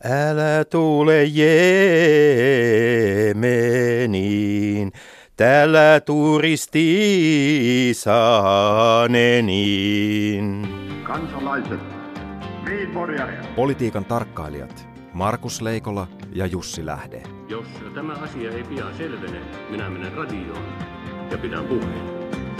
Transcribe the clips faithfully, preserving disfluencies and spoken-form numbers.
Älä tule Jeemeniin, täällä turisti saaneniin. Kansalaiset, politiikan tarkkailijat Markus Leikola ja Jussi Lähde. Jos tämä asia ei pian selvene, minä menen radioon ja pidän puheen.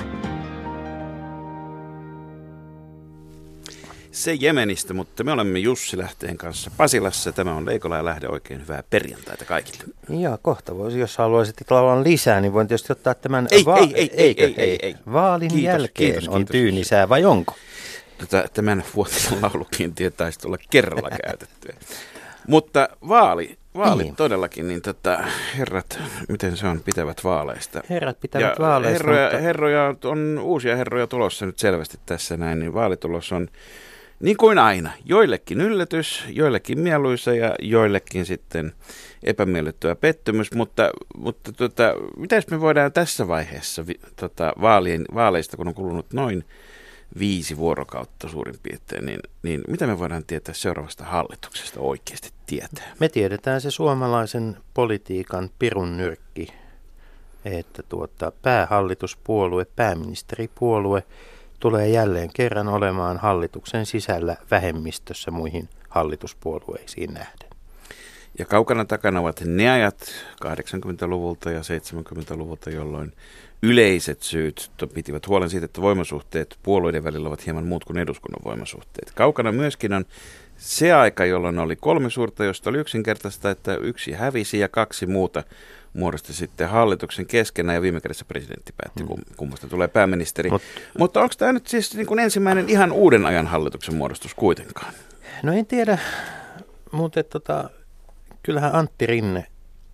Se Jemenistä, mutta me olemme Jussi Lähteen kanssa Pasilassa. Tämä on Leikola ja Lähde. Oikein hyvää perjantaita kaikille. Ja kohta voisi, jos haluaisit laulan lisää, niin voin tietysti ottaa tämän ei, va- ei, ei, ei, ei, ei, ei. vaalin Kiitos, jälkeen kiitos, on kiitos. tyynisää vai onko? Tota, tämän vuotisen laulukin taisi olla kerralla käytettyä. Mutta vaali, vaali Niin. todellakin, niin tota, herrat, miten se on, pitävät vaaleista. Herrat pitävät Ja vaaleista. herroja, mutta... herroja, on uusia herroja tulossa nyt selvästi tässä näin, niin vaalitulos on niin kuin aina. Joillekin yllätys, joillekin mieluisa ja joillekin sitten epämiellyttävä pettymys, mutta, mutta tota, mitäs me voidaan tässä vaiheessa vi, tota, vaalien, vaaleista, kun on kulunut noin viisi vuorokautta suurin piirtein, niin, niin mitä me voidaan tietää seuraavasta hallituksesta oikeasti tietää? Me tiedetään se suomalaisen politiikan pirun nyrkki, että tuota, päähallituspuolue, pääministeripuolue tulee jälleen kerran olemaan hallituksen sisällä vähemmistössä muihin hallituspuolueisiin nähden. Ja kaukana takana ovat ne ajat kahdeksankymmentäluvulta ja seitsemänkymmentäluvulta, jolloin yleiset syyt pitivät huolen siitä, että voimasuhteet puolueiden välillä ovat hieman muut kuin eduskunnan voimasuhteet. Kaukana myöskin on se aika, jolloin oli kolme suurta, josta oli yksinkertaista, että yksi hävisi ja kaksi muuta muodosti sitten hallituksen keskenään ja viime kädessä presidentti päätti, hmm. kummasta tulee pääministeri. Mut, Mutta onko tämä nyt siis niin kuin ensimmäinen ihan uuden ajan hallituksen muodostus kuitenkaan? No en tiedä, mutta tota, kyllähän Antti Rinne,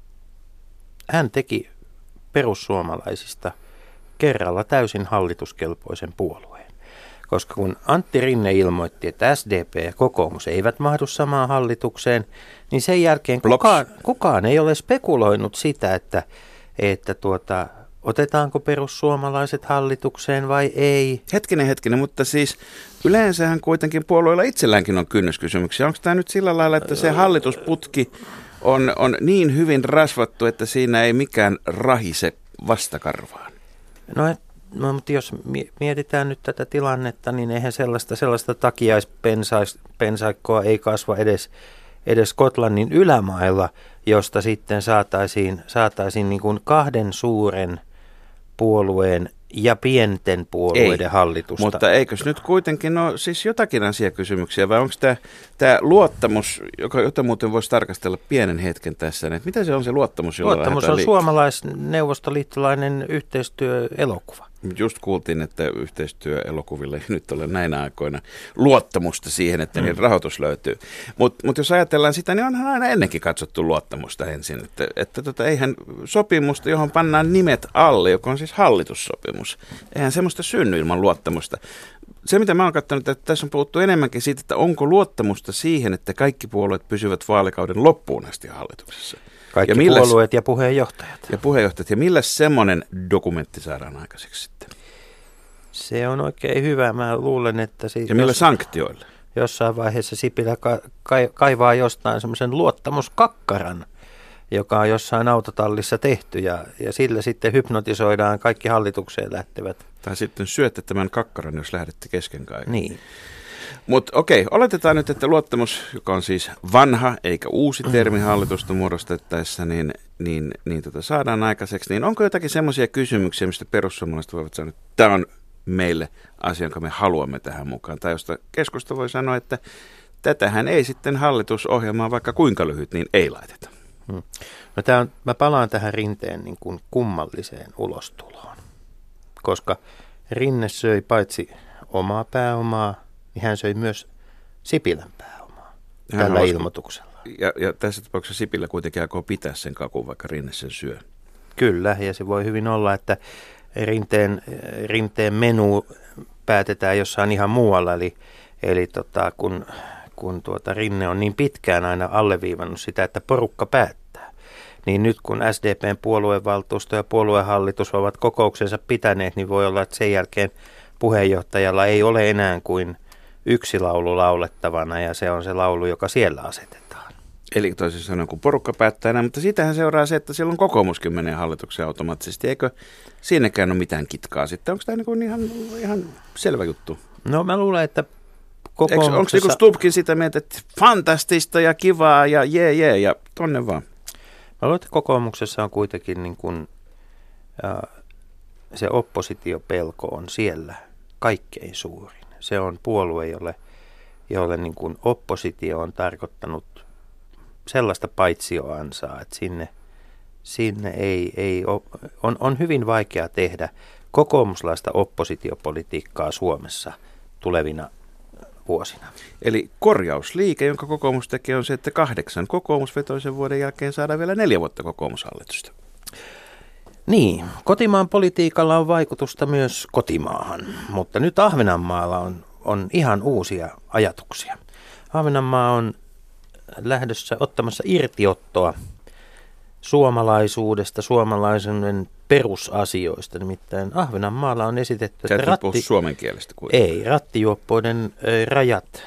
hän teki perussuomalaisista kerralla täysin hallituskelpoisen puolueen. Koska kun Antti Rinne ilmoitti, että S D P ja kokoomus eivät mahdu samaan hallitukseen, niin sen jälkeen kukaan, kukaan ei ole spekuloinut sitä, että, että tuota, otetaanko perussuomalaiset hallitukseen vai ei. Hetkinen, hetkinen, mutta siis yleensähän kuitenkin puolueilla itselläänkin on kynnyskysymyksiä. Onko tämä nyt sillä lailla, että se hallitusputki on, on niin hyvin rasvattu, että siinä ei mikään rahise vastakarvaan? No, et, no mutta jos mietitään nyt tätä tilannetta, niin eihän sellaista, sellaista takiaispensaikkoa ei kasva edes, edes Skotlannin ylämailla, josta sitten saataisiin, saataisiin niin kuin kahden suuren puolueen ja pienten puolueiden ei, hallitusta. Mutta eikös nyt kuitenkin ole siis jotakin asiakysymyksiä, vai onko tämä, tämä luottamus, joka, jota muuten voisi tarkastella pienen hetken tässä, että mitä se on se luottamus, jolla Luottamus on suomalais-neuvostoliittolainen yhteistyöelokuva. Just kuultiin, että yhteistyöelokuville ei nyt ole näinä aikoina luottamusta siihen, että mm. niiden rahoitus löytyy. Mutta mut jos ajatellaan sitä, niin onhan aina ennenkin katsottu luottamusta ensin. Että, että tota, eihän sopimusta, johon pannaan nimet alle, joka on siis hallitussopimus, eihän semmoista synny ilman luottamusta. Se, mitä mä oon katsonut, että tässä on puhuttu enemmänkin siitä, että onko luottamusta siihen, että kaikki puolueet pysyvät vaalikauden loppuun asti hallituksessa. Kaikki ja milläs, puolueet ja puheenjohtajat. Ja puheenjohtajat. Ja millä semmoinen dokumentti saadaan aikaiseksi sitten? Se on oikein hyvä. Mä luulen, että... Siis ja millä jos, sanktioilla? Jossain vaiheessa Sipilä ka- ka- kaivaa jostain semmoisen luottamuskakkaran, joka on jossain autotallissa tehty, ja, ja sillä sitten hypnotisoidaan kaikki hallitukseen lähtevät. Tai sitten syötte tämän kakkaran, jos lähdette kesken kaiken. Niin. Mutta okei, oletetaan nyt, että luottamus, joka on siis vanha eikä uusi termi hallitusta muodostettaessa, niin, niin, niin tota saadaan aikaiseksi. Niin onko jotakin semmoisia kysymyksiä, mistä perussuomalaiset voivat sanoa, että tämä on meille asia, jonka me haluamme tähän mukaan? Tai josta keskusta voi sanoa, että tätähän ei sitten hallitusohjelmaan, vaikka kuinka lyhyt, niin ei laiteta. Hmm. No tää on, mä palaan tähän Rinteen niin kuin kummalliseen ulostuloon, koska Rinne söi paitsi omaa pääomaa, niin hän söi myös Sipilän pääomaa hän tällä halusi, ilmoituksella. Ja, ja tässä tapauksessa Sipilä kuitenkin aikoo pitää sen kakun, vaikka Rinne sen syö. Kyllä, ja se voi hyvin olla, että Rinteen, rinteen menu päätetään jossain ihan muualla, eli, eli tota, kun, kun tuota Rinne on niin pitkään aina alleviivannut sitä, että porukka päättää, niin nyt kun S D P:n puoluevaltuusto ja puoluehallitus ovat kokouksensa pitäneet, niin voi olla, että sen jälkeen puheenjohtajalla ei ole enää kuin yksi laulu laulettavana, ja se on se laulu, joka siellä asetetaan. Eli toisin sanoen, kun porukka päättää näin, mutta siitähän seuraa se, että silloin kokoomuskin menee hallitukseen automaattisesti. Eikö siinäkään ole mitään kitkaa sitten? Onko tämä niin ihan, ihan selvä juttu? No mä luulen, että kokoomuksessa... Onko niin Stubbkin sitä mieltä, että fantastista ja kivaa ja jee jee ja tonne vaan? Mä luulen, että kokoomuksessa on kuitenkin niin kuin, äh, se oppositiopelko on siellä kaikkein suurin. Se on puolue, jolle, jolle niin kuin oppositio on tarkoittanut sellaista paitsioansaa, että sinne, sinne ei, ei ole, on, on hyvin vaikea tehdä kokoomuslaista oppositiopolitiikkaa Suomessa tulevina vuosina. Eli korjausliike, jonka kokoomus tekee, on se, että kahdeksan kokoomusvetoisen vuoden jälkeen saadaan vielä neljä vuotta kokoomushallitusta. Niin, kotimaan politiikalla on vaikutusta myös kotimaahan, mutta nyt Ahvenanmaalla on, on ihan uusia ajatuksia. Ahvenanmaa on lähdössä ottamassa irtiottoa suomalaisuudesta, suomalaisen perusasioista. Nimittäin Ahvenanmaalla on esitetty, että ratti... suomen kielestä kuitenkin. Ei, rattijuoppoiden rajat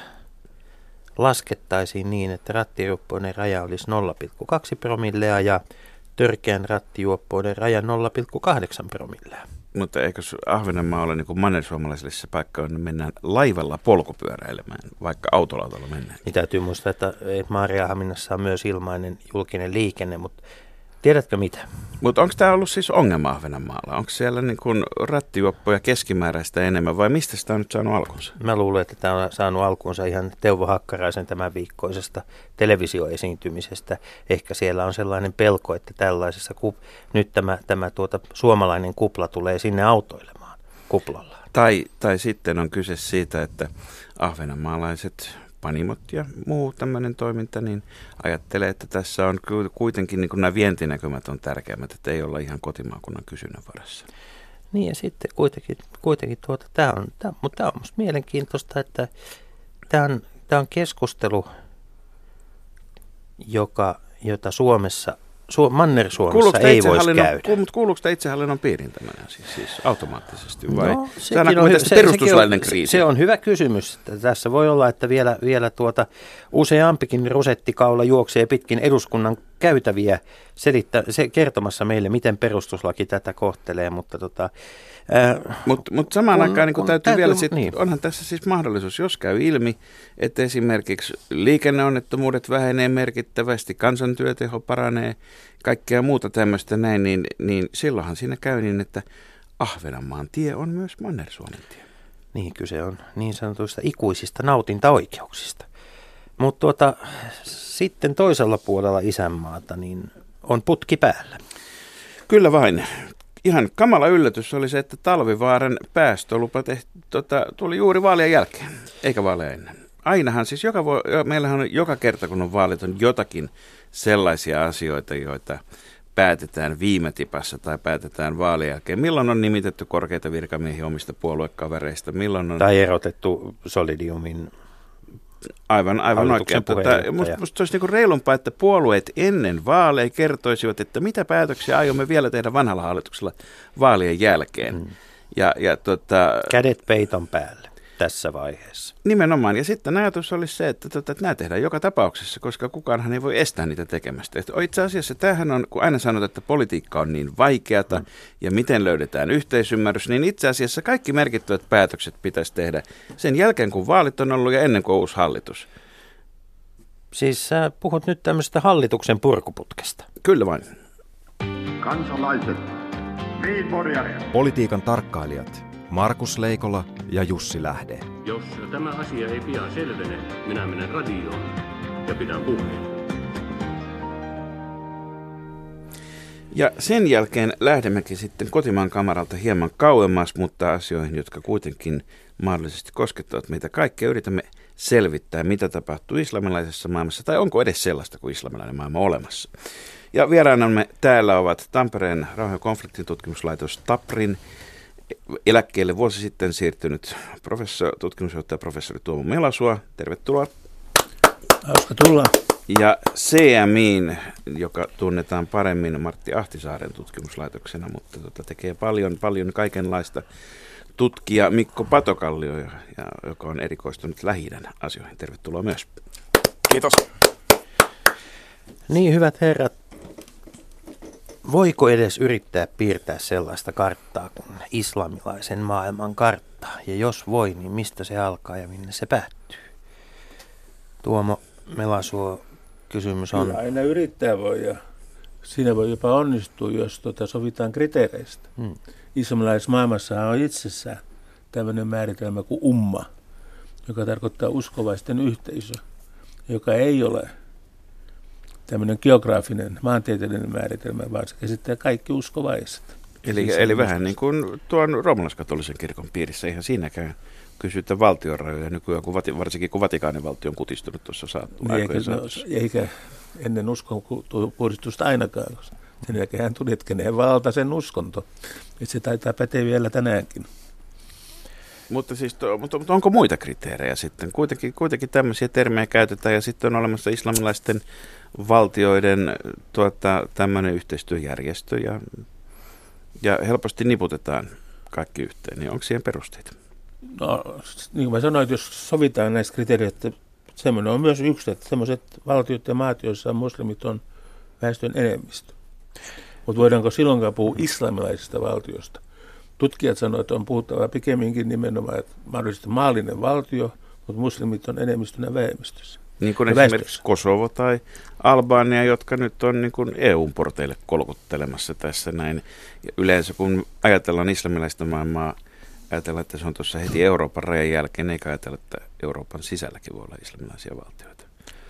laskettaisiin niin, että rattijuoppoiden raja olisi nolla pilkku kaksi promillea ja törkeän rattijuoppoiden raja nolla pilkku kahdeksan promillea. Mutta eikö Ahvenanmaa ole niin kuin mannersuomalaisille se paikka, jonne mennään laivalla polkupyöräilemään, vaikka autolautalla mennään? Niin täytyy muistaa, että Maarianhaminassa on myös ilmainen julkinen liikenne, mutta tiedätkö mitä? Mutta onko tämä ollut siis ongelma Ahvenanmaalla? Onko siellä niin kuin rattijuoppoja keskimääräistä enemmän vai mistä sitä on nyt saanut alkunsa? Mä luulen, että tämä on saanut alkunsa ihan Teuvo Hakkaraisen tämän viikkoisesta televisioesiintymisestä. Ehkä siellä on sellainen pelko, että tällaisessa kup- nyt tämä, tämä tuota, suomalainen kupla tulee sinne autoilemaan kuplallaan. Tai, tai sitten on kyse siitä, että ahvenanmaalaiset panimot ja muu tämmöinen toiminta, niin ajattelee, että tässä on kuitenkin niin kuin nämä vientinäkymät on tärkeimmät, että ei olla ihan kotimaakunnan kysynnän varassa. Niin ja sitten kuitenkin, kuitenkin tuota, tämä on, tämä, mutta tämä on musta mielenkiintoista, että tämä on, tämä on keskustelu, joka, jota Suomessa, Su- Manner-Suomessa ei voisi käydä. Mutta kuuluuko tämä itsehallinnon piiriin tämmöinen siis, siis automaattisesti vai? No, sekin on, se, perustuslaillinen on, kriisi. Se on hyvä kysymys. Tässä voi olla, että vielä, vielä tuota, useampikin rosettikaula juoksee pitkin eduskunnan käytäviä selittä, se, kertomassa meille, miten perustuslaki tätä kohtelee, mutta tota, äh, Mutta mut samaan kun, aikaan niin kun täytyy, täytyy vielä, sit, niin. onhan tässä siis mahdollisuus, jos käy ilmi, että esimerkiksi liikenneonnettomuudet vähenee merkittävästi, kansantyöteho paranee, kaikkea muuta tämmöistä näin, niin, niin silloinhan siinä käy niin, että Ahvenanmaan tie on myös Manner-Suomen tie. Niin, kyse on niin sanotuista ikuisista nautintaoikeuksista. Mutta tuota, sitten toisella puolella isänmaata niin on putki päällä. Kyllä vain. Ihan kamala yllätys oli se, että Talvivaaran päästölupa tehti, tota, tuli juuri vaalien jälkeen, eikä vaaleja ennen. Ainahan siis, joka voi, meillähän on joka kerta kun on vaalit, on jotakin sellaisia asioita, joita päätetään viime tipassa tai päätetään vaalien jälkeen. Milloin on nimitetty korkeita virkamiehiä omista puoluekavereista? Milloin on... Tai erotettu Solidiumin Aivan, aivan oikein. Minusta musta olisi niinku reilumpaa, että puolueet ennen vaaleja kertoisivat, että mitä päätöksiä aiomme vielä tehdä vanhalla hallituksella vaalien jälkeen. Hmm. Ja, ja tota, kädet peiton päälle tässä vaiheessa. Nimenomaan. Ja sitten ajatus olisi se, että, tota, että nämä tehdään joka tapauksessa, koska kukaanhan ei voi estää niitä tekemästä. Että itse asiassa tämähän on, kun aina sanotaan, että politiikka on niin vaikeata hmm. ja miten löydetään yhteisymmärrys, niin itse asiassa kaikki merkittävät päätökset pitäisi tehdä sen jälkeen, kun vaalit on ollut ja ennen kuin uusi hallitus. Siis sä puhut nyt tämmöistä hallituksen purkuputkesta. Kyllä vain. Kansalaiset, politiikan tarkkailijat Markus Leikola ja Jussi Lähde. Jos tämä asia ei pian selvene, minä menen radioon ja pidän puheen. Ja sen jälkeen lähdemmekin sitten kotimaan kamaralta hieman kauemmas, mutta asioihin, jotka kuitenkin mahdollisesti koskettavat meitä kaikkea. Yritämme selvittää, mitä tapahtuu islamilaisessa maailmassa, tai onko edes sellaista kuin islamilainen maailma olemassa. Ja vieraanamme täällä ovat Tampereen rauhan ja konfliktin tutkimuslaitos TAPRin eläkkeelle vuosi sitten siirtynyt professor, tutkimusjohtaja professori Tuomo Melasua. Tervetuloa. Hauska tulla. Ja C M I:n, joka tunnetaan paremmin Martti Ahtisaaren tutkimuslaitoksena, mutta tota, tekee paljon, paljon kaikenlaista, tutkija Mikko Patokallio, ja, joka on erikoistunut Lähi-idän asioihin. Tervetuloa myös. Kiitos. Niin, hyvät herrat, voiko edes yrittää piirtää sellaista karttaa kuin islamilaisen maailman kartta? Ja jos voi, niin mistä se alkaa ja minne se päättyy? Tuomo Melasuo, kysymys on... Kyllä aina yrittää voi ja siinä voi jopa onnistua, jos tota sovitaan kriteereistä. Hmm. Islamilaisessa maailmassa on itsessään tämmöinen määritelmä kuin umma, joka tarkoittaa uskovaisten yhteisö, joka ei ole tämmöinen geograafinen, maantieteellinen määritelmä, vaan se käsittää kaikki uskovaiset. Eli, siis eli vähän niin kuin tuon roomalaiskatolisen kirkon piirissä, eihän siinäkään kysytä valtionrajoja nykyään, kun vati, varsinkin kun Vatikaanin valtio on kutistunut tuossa saattu. Niin, eikä, no, eikä ennen uskon puhdistusta ainakaan, koska sen jälkeen hän tuli, että kenen valta sen uskonto. Että se taitaa päteä vielä tänäänkin. Mutta, siis to, mutta, mutta onko muita kriteerejä sitten? Kuitenkin, kuitenkin tämmöisiä termejä käytetään ja sitten on olemassa islamilaisten valtioiden tuota, tämmöinen yhteistyöjärjestö ja, ja helposti niputetaan kaikki yhteen. Niin onko siihen perusteita? No, niin kuin mä sanoin, että jos sovitaan näistä kriteereistä, että semmoinen on myös yksi, että semmoiset valtiot ja maat, joissa muslimit on väestön enemmistö. Mutta voidaanko silloinkaan puhua islamilaisesta valtiosta? Tutkijat sanoivat, että on puhuttava pikemminkin nimenomaan, että mahdollisesti maallinen valtio, mutta muslimit on enemmistönä vähemmistössä. Niin kuin esimerkiksi Kosovo tai Albania, jotka nyt on niin kuin E U:n porteille kolkuttelemassa tässä näin. Ja yleensä kun ajatellaan islamilaista maailmaa, ajatellaan, että se on tuossa heti Euroopan rajan jälkeen, eikä ajatella, että Euroopan sisälläkin voi olla islamilaisia valtioita.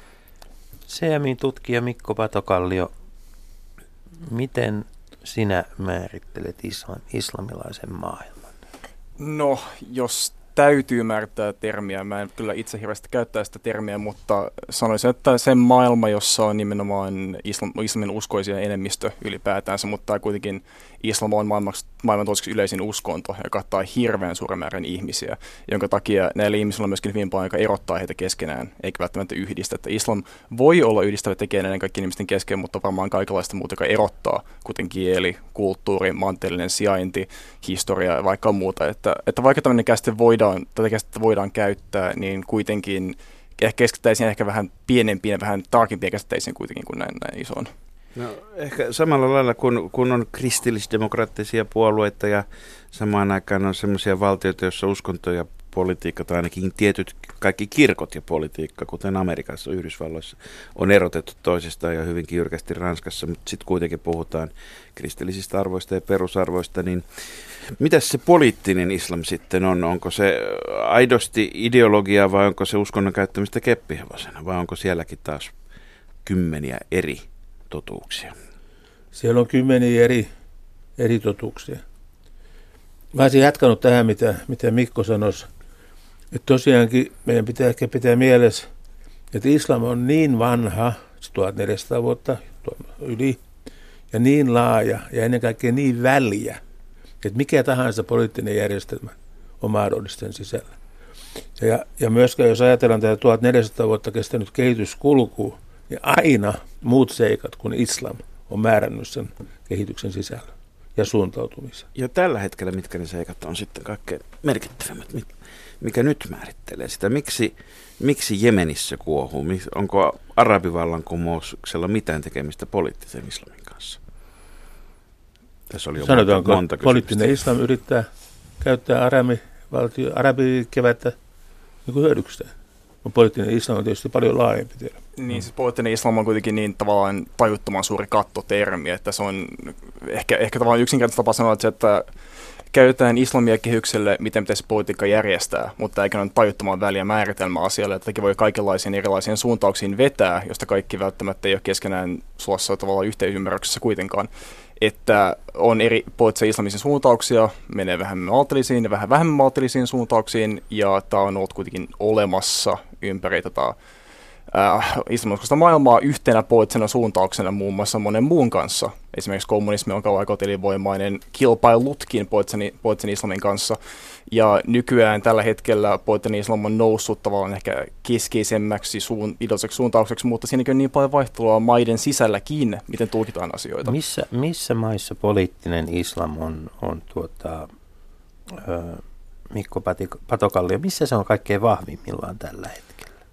C M I-tutkija Mikko Patokallio, miten sinä määrittelet islam, islamilaisen maailman? No, jos täytyy määrittää termiä, mä en kyllä itse hirveästi käyttää sitä termiä, mutta sanoisin, että se maailma, jossa on nimenomaan islam, islamin uskoisia enemmistö ylipäätänsä, mutta kuitenkin islam on maailman toiseksi yleisin uskonto, joka kattaa hirveän suuren määrän ihmisiä, jonka takia näillä ihmisillä on myöskin hyvin paljon, joka erottaa heitä keskenään, eikä välttämättä yhdistä. Että islam voi olla yhdistävä tekijä näiden kaikkien ihmisten kesken, mutta varmaan kaikenlaista muuta, joka erottaa, kuten kieli, kulttuuri, maantieteellinen sijainti, historia ja vaikka muuta. Että, että vaikka tämmöinen käsite voidaan, tätä käsitettä voidaan käyttää, niin kuitenkin ehkä keskittäisiin ehkä vähän pienempiin ja vähän tarkempiin käsitteisiin kuitenkin kuin näin, näin isoon. No ehkä samalla lailla, kun, kun on kristillisdemokraattisia puolueita ja samaan aikaan on semmoisia valtioita, joissa uskonto ja politiikka tai ainakin tietyt kaikki kirkot ja politiikka, kuten Amerikassa, Yhdysvalloissa, on erotettu toisistaan ja hyvinkin jyrkästi Ranskassa, mutta sitten kuitenkin puhutaan kristillisistä arvoista ja perusarvoista, niin mitäs se poliittinen islam sitten on? Onko se aidosti ideologia vai onko se uskonnon käyttämistä keppihevosena vai onko sielläkin taas kymmeniä eri totuuksia? Siellä on kymmeniä eri, eri totuuksia. Mä olisin jatkanut tähän, mitä, mitä Mikko sanoi, että tosiaankin meidän pitää ehkä pitää mielessä, että islam on niin vanha, tuhatneljäsataa vuotta yli, ja niin laaja ja ennen kaikkea niin väliä, että mikä tahansa poliittinen järjestelmä on mahdollisten sisällä. Ja, ja myöskään jos ajatellaan tätä tuhatneljäsataa vuotta kestänyt kehityskulkua, niin aina muut seikat kuin islam on määrännyt sen kehityksen sisällä ja suuntautumisen. Ja tällä hetkellä mitkä ne seikat on sitten kaikkein merkittävimmät, mikä nyt määrittelee sitä? Miksi, miksi Jemenissä kuohuu? Onko arabivallankumouksella mitään tekemistä poliittisen islamin kanssa? Tässä oli jo Sanotaanko, monta poliittinen islam yrittää käyttää arabivaltio, arabikevättä niin kuin hyödykseen. Mutta poliittinen islam on tietysti paljon laajempi termi. Niin, siis poliittinen islam on kuitenkin niin tavallaan tajuttoman suuri kattotermi, että se on ehkä, ehkä tavallaan yksinkertaisesti tapa sanoa, että käytetään islamia kehykselle, miten pitäisi politiikka järjestää, mutta eikä ole tajuttoman väliä määritelmä asialle, että voi kaikenlaisiin erilaisiin suuntauksiin vetää, josta kaikki välttämättä ei ole keskenään suossa tavallaan yhteisymmärryksessä kuitenkaan. Että on eri poliittisia islamisen suuntauksia, menee vähän maltillisiin ja vähän vähemmän maltillisiin suuntauksiin, ja tämä on ollut kuitenkin olemassa ympäri tätä äh, islamilaista maailmaa yhtenä poliittisena suuntauksena muun muassa monen muun kanssa. Esimerkiksi kommunismi on kauan aika elinvoimainen kilpailutkin poliittisen islamin kanssa, ja nykyään tällä hetkellä poliittinen islam on noussut tavallaan ehkä keskeisemmäksi suun, ideologiseksi suuntaukseksi, mutta siinäkin on niin paljon vaihtelua maiden sisälläkin, miten tulkitaan asioita. Missä, missä maissa poliittinen islam on, on tuota, ö, Mikko Patokallio, missä se on kaikkein vahvimmillaan tällä hetkellä?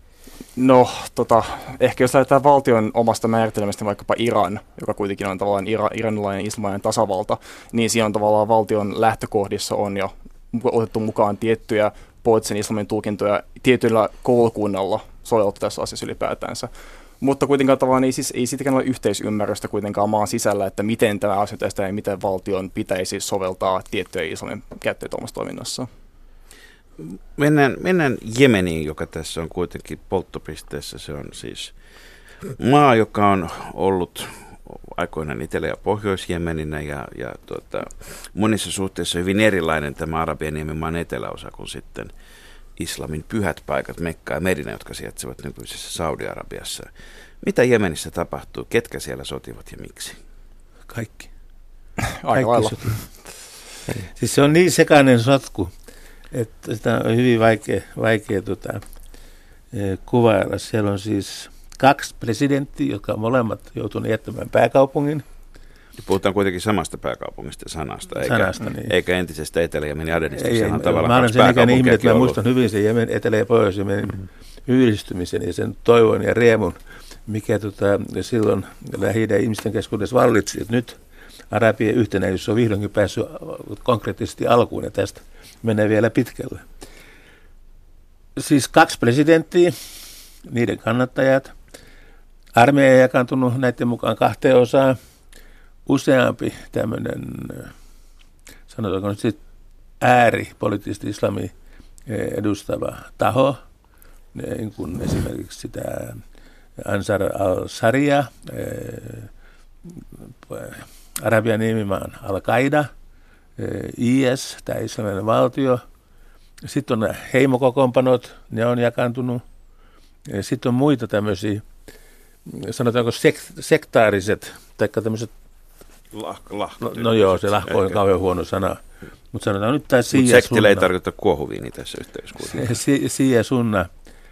No, tota, ehkä jos lähdetään valtion omasta määritelmästä, vaikkapa Iran, joka kuitenkin on tavallaan ira, iranilainen islamilainen tasavalta, niin siinä on tavallaan valtion lähtökohdissa on jo otettu mukaan tiettyjä poliittisen islamin tulkintoja tietyllä koulukunnalla sovellettu tässä asiassa ylipäätänsä. Mutta kuitenkaan tavallaan ei, siis, ei siitäkään ole yhteisymmärrystä kuitenkaan maan sisällä, että miten tämä asia tehdään ja miten valtion pitäisi soveltaa tiettyjä islamin käyttöitä omassa toiminnassa. Mennään, mennään Jemeniin, joka tässä on kuitenkin polttopisteessä. Se on siis maa, joka on ollut aikoinaan Etelä- ja Pohjois-Jemeninä ja, ja tuota, monissa suhteissa hyvin erilainen tämä Arabian niemimaan eteläosa kuin sitten islamin pyhät paikat Mekka ja Medina, jotka sijaitsevat nykyisessä Saudi-Arabiassa. Mitä Jemenissä tapahtuu? Ketkä siellä sotivat ja miksi? Kaikki. Aika lailla. Siis se on niin sekainen sotku, että sitä on hyvin vaikea, vaikea tota, kuvailla. Siellä on siis kaksi presidenttiä, jotka molemmat joutuneet jättämään pääkaupungin. Puhutaan kuitenkin samasta pääkaupungista sanasta, eikä, sanasta, niin. eikä entisestä Etelä-Jemenin Adenista. Ei, Sehän on tavallaan mä olen sen ikäinen ihminen, että mä ollut. muistan hyvin sen Jemen, Etelä- ja Pohjois-Jemenin mm-hmm. yhdistymisen ja sen toivon ja riemun, mikä tota, silloin Lähi-idän ihmisten keskuudessa vallitsi. Että nyt Arabien yhtenäisyys on vihdoinkin päässyt konkreettisesti alkuun ja tästä menee vielä pitkälle. Siis kaksi presidenttiä, niiden kannattajat. Armeija on jakantunut näiden mukaan kahteen osaan. Useampi tämmöinen, sanotaanko nyt sitten ääripoliittisesti islamia edustava taho, niin kuin esimerkiksi sitä Ansar al-Sharia, Arabian nimimaan Al-Qaida, I S, tämä islamilainen valtio. Sitten on nämä heimokokoonpanot, ne on jakantunut. Sitten on muita tämmöisiä, sanotaanko sek- sektaariset, tai tämmöiset, Lahko, lahko, no, no joo, se lahko on kauhean huono sana. Mutta sanotaan nyt tämä Shia Sunna. Sektille ei Sunna. tarkoita kuohuviini tässä yhteydessä. Shia Sunna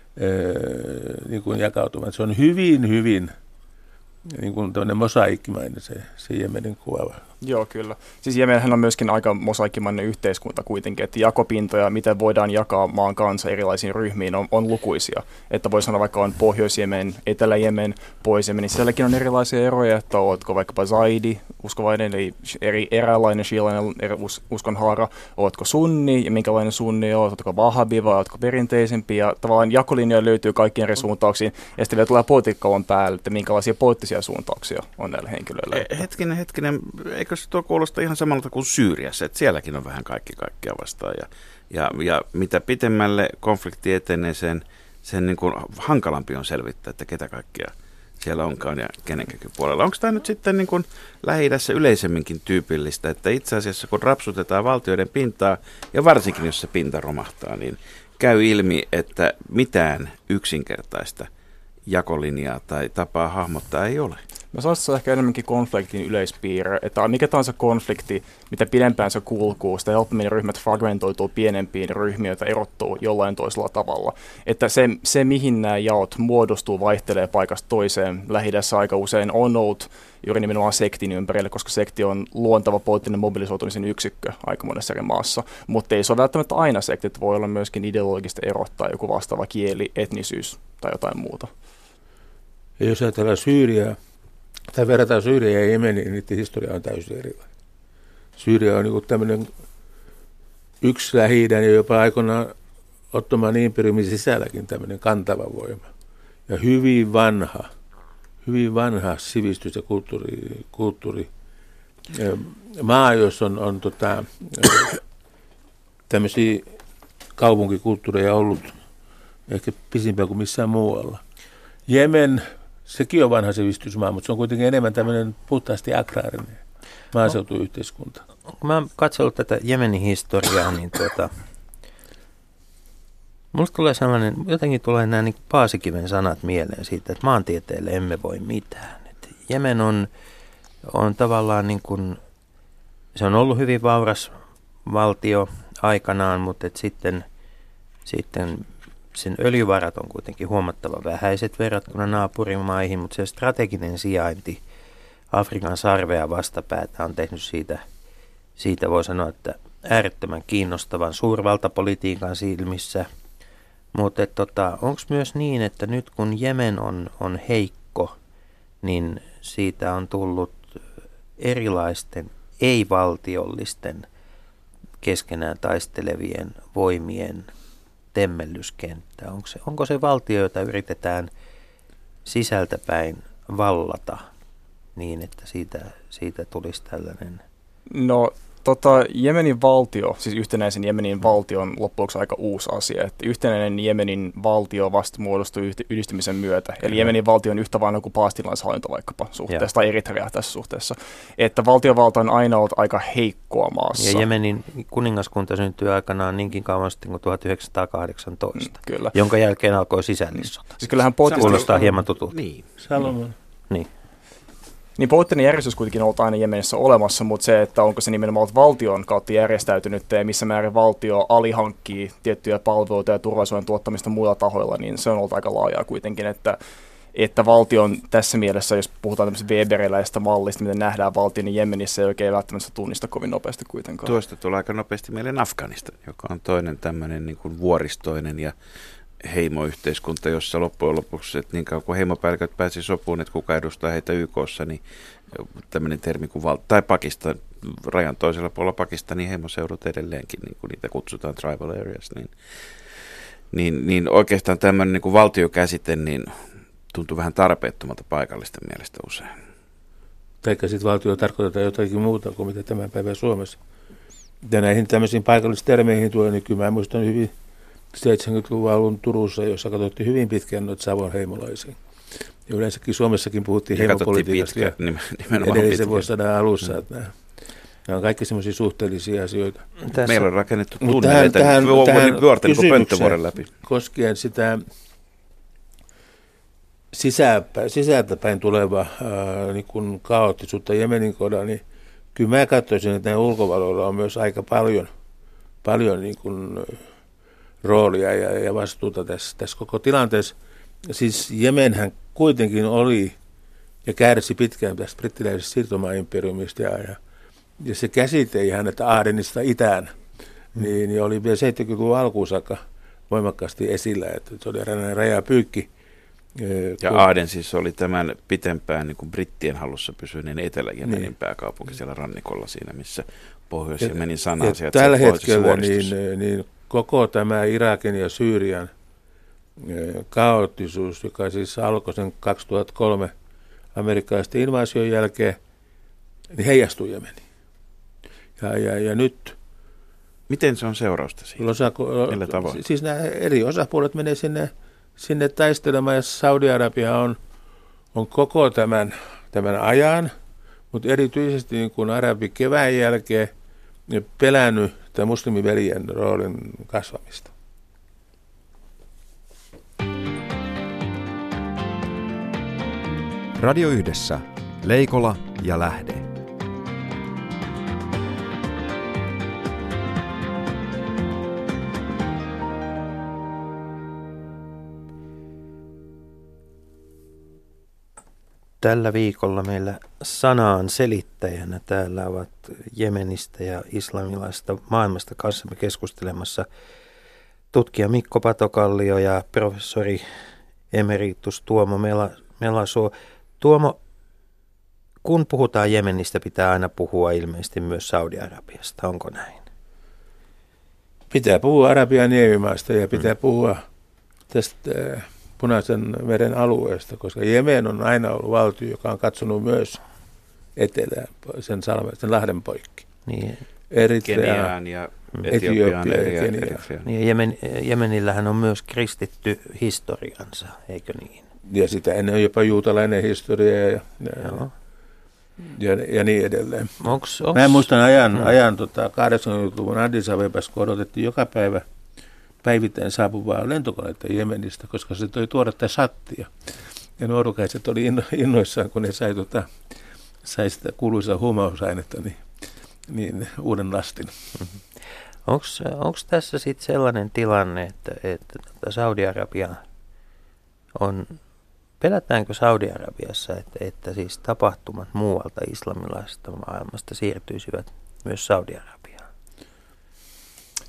niin kuin jakautumat. Se on hyvin, hyvin niin kuin tämmöinen mosaikkimainen se, se Jemenin kuva. Joo, kyllä. Siis Jemenhän on myöskin aika mosaikkimainen yhteiskunta kuitenkin, että jakopintoja, miten voidaan jakaa maan kanssa erilaisiin ryhmiin, on, on lukuisia. Että voi sanoa vaikka on Pohjois-Jemen, Etelä-Jemen, Pohjois-Jemen, niin sielläkin on erilaisia eroja, että oletko vaikkapa Zaidi, uskovainen, eli eri, eräänlainen shialainen eri us, uskonhaara, oletko sunni, ja minkälainen sunni on, oletko vahabi vai oletko perinteisempi, ja tavallaan jakolinjoja löytyy kaikkien eri suuntauksiin, ja sitten vielä tulee politiikkauan päälle, että minkälaisia poliittisia suuntauksia on näillä henkilöillä. Hetkinen, hetkinen, eikö se tuo kuulostaa ihan samalta kuin Syyriassa, että sielläkin on vähän kaikki kaikkea vastaan. Ja, ja, ja mitä pitemmälle konflikti etenee, sen, sen niin kuin hankalampi on selvittää, että ketä kaikkea siellä onkaan ja kenenkäkin puolella. Onko tämä nyt sitten niin kuin Lähi-idässä yleisemminkin tyypillistä, että itse asiassa kun rapsutetaan valtioiden pintaa, ja varsinkin jos se pinta romahtaa, niin käy ilmi, että mitään yksinkertaista jakolinjaa tai tapaa hahmottaa ei ole. Mä sanoisin, että se on ehkä enemmänkin konfliktin yleispiirre, että mikä tahansa konflikti, mitä pidempään se kulkuu, sitä helpommin ryhmät fragmentoituu pienempiin ryhmiin, joita erottuu jollain toisella tavalla. Että se, se mihin nämä jaot muodostuu, vaihtelee paikasta toiseen. Lähi-idässä aika usein on ollut juuri nimenomaan sektin ympärille, koska sekti on luontava poliittinen mobilisoitumisen yksikkö aika monessa eri maassa. Mutta ei se ole välttämättä aina sekti, että voi olla myöskin ideologista erottaa joku vastaava kieli, etnisyys tai jotain muuta. Ja jos ajatellaan Syyriaa, tai verrataan Syyriaa ja Jemeniin, niin niiden historia on täysin erilainen. Syyria on niin tämmöinen yksi Lähi-idän ja jopa aikoinaan Ottoman imperiumin sisälläkin tämmöinen kantava voima. Ja hyvin vanha, hyvin vanha sivistys- ja kulttuuri, kulttuuri maa, jossa on, on tota, tämmöisiä kaupunkikulttuureja ollut ehkä pisimpään kuin missään muualla. Jemen, sekin on vanha sivistysmaa, mutta se on kuitenkin enemmän tämmöinen puhtaasti agraarinen maaseutuyhteiskunta. Kun mä oon katsellut tätä Jemenin historiaa, niin tuota, musta tulee sellainen, jotenkin tulee nämä niin Paasikiven sanat mieleen siitä, että maantieteelle emme voi mitään. Että Jemen on, on tavallaan niin kuin, se on ollut hyvin vauras valtio aikanaan, mutta et sitten, sitten sen öljyvarat on kuitenkin huomattavan vähäiset verrattuna naapurimaihin, mutta se strateginen sijainti Afrikan sarvea vastapäätä on tehnyt siitä, siitä voi sanoa, että äärettömän kiinnostavan suurvaltapolitiikan silmissä. Mutta tota, onko myös niin, että nyt kun Jemen on, on heikko, niin siitä on tullut erilaisten ei-valtiollisten keskenään taistelevien voimien temmellyskenttä? Onko se, onko se valtio, jota yritetään sisältäpäin vallata niin, että siitä, siitä tulisi tällainen? No tota, Jemenin valtio, siis yhtenäisen Jemenin valtio on loppujen lopuksi aika uusi asia. Että yhtenäinen Jemenin valtio vasta muodostui yhdistymisen myötä. Eli Jemenin valtio on yhtä vain kuin palestiinalaishallinto vaikkapa suhteessa, tai Eritrea tässä suhteessa. Että valtiovalta on aina ollut aika heikkoa maassa. Ja Jemenin kuningaskunta syntyi aikanaan niinkin kauan sitten kuin tuhatyhdeksänsataakahdeksantoista, mm, kyllä. jonka jälkeen alkoi sisällissota. Siis kyllähän poliittisesti kuulostaa hieman tutulta. Niin. Salomon. Niin. Niin poliittinen järjestys kuitenkin on ollut aina Jemenissä olemassa, mutta se, että onko se nimenomaan valtion kautta järjestäytynyt ja missä määrin valtio alihankkii tiettyjä palveluita ja turvallisuuden tuottamista muilla tahoilla, niin se on ollut aika laajaa kuitenkin, että, että valtion tässä mielessä, jos puhutaan tämmöisestä weberiläisestä mallista, miten nähdään valtio, niin Jemenissä ei oikein välttämättä tunnista kovin nopeasti kuitenkaan. Tuosta tulee aika nopeasti mieleen Afganistan, joka on toinen tämmöinen niin kuin vuoristoinen ja heimoyhteiskunta, jossa loppujen lopuksi, että niin kauan kuin heimopäälliköt pääsi sopuun, että kuka edustaa heitä Y K:ssa, niin tämmöinen termi kuin val- tai Pakistan, rajan toisella puolella Pakistanin heimoseudut edelleenkin, niin kuin niitä kutsutaan tribal areas, niin, niin, niin oikeastaan tämmöinen niin kuin valtiokäsite niin tuntuu vähän tarpeettomalta paikallisten mielestä usein. Taikka sitten valtio tarkoitetaan jotakin muuta kuin mitä tämän päivän Suomessa. Ja näihin tämmöisiin paikallistermeihin tulee nykyään. Mä muistan hyvin seitsemänkymmentäluvun alun Turussa, jossa katsottiin hyvin pitkään noita Savon heimolaisia. Ja yleensäkin Suomessakin puhuttiin ja heimopolitiikasta ja edellisen vuosisadan alussa. Mm. Että nämä, nämä on kaikki semmoisia suhteellisia asioita. Tässä meillä on rakennettu tunneita nuorten kuin pönttövuoren läpi. Koskien sitä sisältä, sisältä päin tuleva ää, niin kuin kaoottisuutta Jemenin kohdalla, niin kyllä mä katsoisin, että näillä ulkovaloilla on myös aika paljon, paljon niin kuin roolia ja, ja vastuuta tässä, tässä koko tilanteessa. Siis Jemenhän kuitenkin oli ja kärsi pitkään tästä brittiläisestä siirtomaimperiumista ja, ja, ja se käsite ihan, että Adenista itään, mm. niin, niin oli vielä seitsemänkymmentäluvun alkuun saakka voimakkaasti esillä, että se oli eräänlainen rajapyykki. Ja kun Aden siis oli tämän pitempään niin kuin brittien hallussa pysyneen Etelä-Jemenin niin pääkaupunki siellä rannikolla siinä, missä Pohjois-Jemenin sana sieltä. Tällä hetkellä niin, niin koko tämä Irakin ja Syyrian kaoottisuus, joka siis alkoi sen kaksituhattakolme amerikkalaisten invaasion jälkeen, niin heijastuu Jemeniin. Ja, ja, ja nyt miten se on seurausta siitä? Osako, Millä tavoin? Siis nämä eri osapuolet menee sinne, sinne taistelemaan, ja Saudi-Arabia on, on koko tämän, tämän ajan, mutta erityisesti niin kuin arabi kevään jälkeen pelännyt tämän muslimiveljen roolin kasvamista. Radio Yhdessä, Leikola ja Lähde. Tällä viikolla meillä sanaan selittäjänä täällä ovat Jemenistä ja islamilaisesta maailmasta kanssamme keskustelemassa tutkija Mikko Patokallio ja professori emeritus Tuomo Melasuo. Tuomo, kun puhutaan Jemenistä, pitää aina puhua ilmeisesti myös Saudi-Arabiasta, onko näin? Pitää puhua Arabian niemimaasta ja pitää hmm. puhua tästä Punaisen meren alueesta, koska Jemen on aina ollut valtio, joka on katsonut myös etelään, sen, salmen, sen lahden poikki. Niin. Eritrea, Keniaan ja Etiopiaan. ja Keniaan. Niin, Jemen, Jemenillähän on myös kristitty historiansa, eikö niin? Ja sitä ennen on jopa juutalainen historia ja, ja, ja, ja niin edelleen. Onks, onks? Mä muistan ajan, hmm. ajan tota, kahdeksankymmentäluvun Addis Abebassa, kun odotettiin joka päivä päivittäin saapuvaa lentokonetta Jemenistä, koska se toi tuoretta sattia. Ja nuorukaiset oli inno, innoissaan, kun ne sai, tota, sai sitä kuuluisaa huumausainetta, niin, niin uuden lastin. Mm-hmm. Onko tässä sitten sellainen tilanne, että, että Saudi-Arabia on, pelätäänkö Saudi-Arabiassa, että, että siis tapahtumat muualta islamilaisesta maailmasta siirtyisivät myös Saudi-Arabiaan?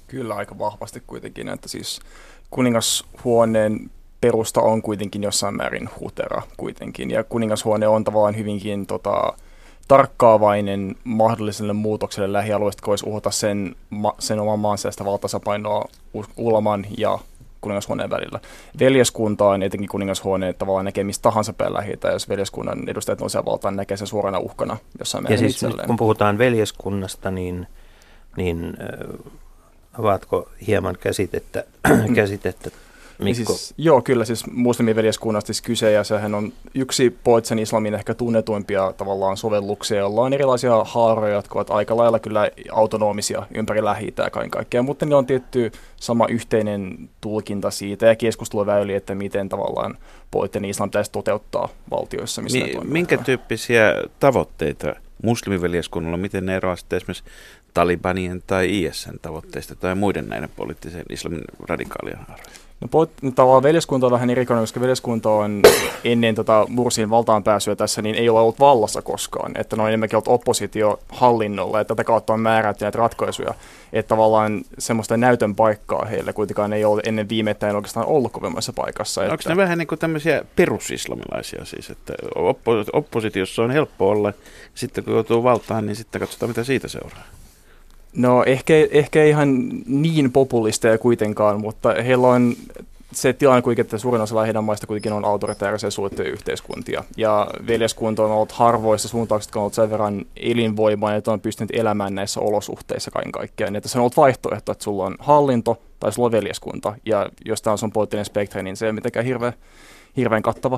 Kyllä aika vahvasti kuitenkin, että siis kuningashuoneen perusta on kuitenkin jossain määrin hutera kuitenkin, ja kuningashuone on tavallaan hyvinkin tota, tarkkaavainen mahdolliselle muutokselle lähialueesta, kun voisi uhata sen, ma, sen oman maan sisäistä valtasapainoa Ulman ja kuningashuoneen välillä. Veljeskuntaan, etenkin kuningashuoneen, tavallaan näkee mistä tahansa päin lähitä, jos veljeskunnan edustajat nousee valtaan, näkee sen suorana uhkana jossain määrin siis itselleen. Kun puhutaan veljeskunnasta, niin, niin äh, avaatko hieman käsitettä, käsitettä Mikko? Siis, joo, kyllä siis muslimiveljeskunnasta siis kyse, ja sehän on yksi poliittisen islamin ehkä tunnetuimpia tavallaan sovelluksia, jolla on erilaisia haaroja, jotka ovat aika lailla kyllä autonomisia ympäri Lähi-Itää ja kaiken kaikkiaan, mutta niillä on tietty sama yhteinen tulkinta siitä ja keskusteluväyli, että miten tavallaan poliittinen islam pitäisi toteuttaa valtioissa, missä Mi- ne toimii. Minkä tyyppisiä tavoitteita muslimiveljeskunnalla, miten ne eroavat sitten esimerkiksi Talibanien tai I S:n tavoitteista tai muiden näiden poliittisen islamin radikaalien haaroja? No tavallaan veljeskunta on vähän erikoinen, koska veljeskunta on ennen tota Mursin valtaan pääsyä tässä, niin ei ole ollut vallassa koskaan. Että ne on enemmänkin ollut oppositio hallinnolla, ja tätä kautta on määrätty näitä ratkaisuja. Että tavallaan semmoista näytön paikkaa heillä kuitenkaan ei ole ennen viimettäin oikeastaan ollut kovemmassa paikassa. Onko että... ne vähän niin kuin tämmöisiä perusislamilaisia siis, että oppo- oppositiossa on helppo olla, sitten kun joutuu valtaan, niin sitten katsotaan mitä siitä seuraa? No ehkä, ehkä ihan niin populisteja kuitenkaan, mutta heillä on se tilanne kuitenkin, että suurin osa heidän maista kuitenkin on autoritaarisia suljettuja yhteiskuntia. Ja veljeskunta on ollut harvoissa suuntaukset, jotka on ollut sen verran elinvoimaa, että on pystynyt elämään näissä olosuhteissa kaiken kaikkiaan. Että se on ollut vaihtoehto, että sulla on hallinto tai sulla on veljeskunta. Ja jos tämä on sun poliittinen spektri, niin se ei ole mitenkään hirveän, hirveän kattava.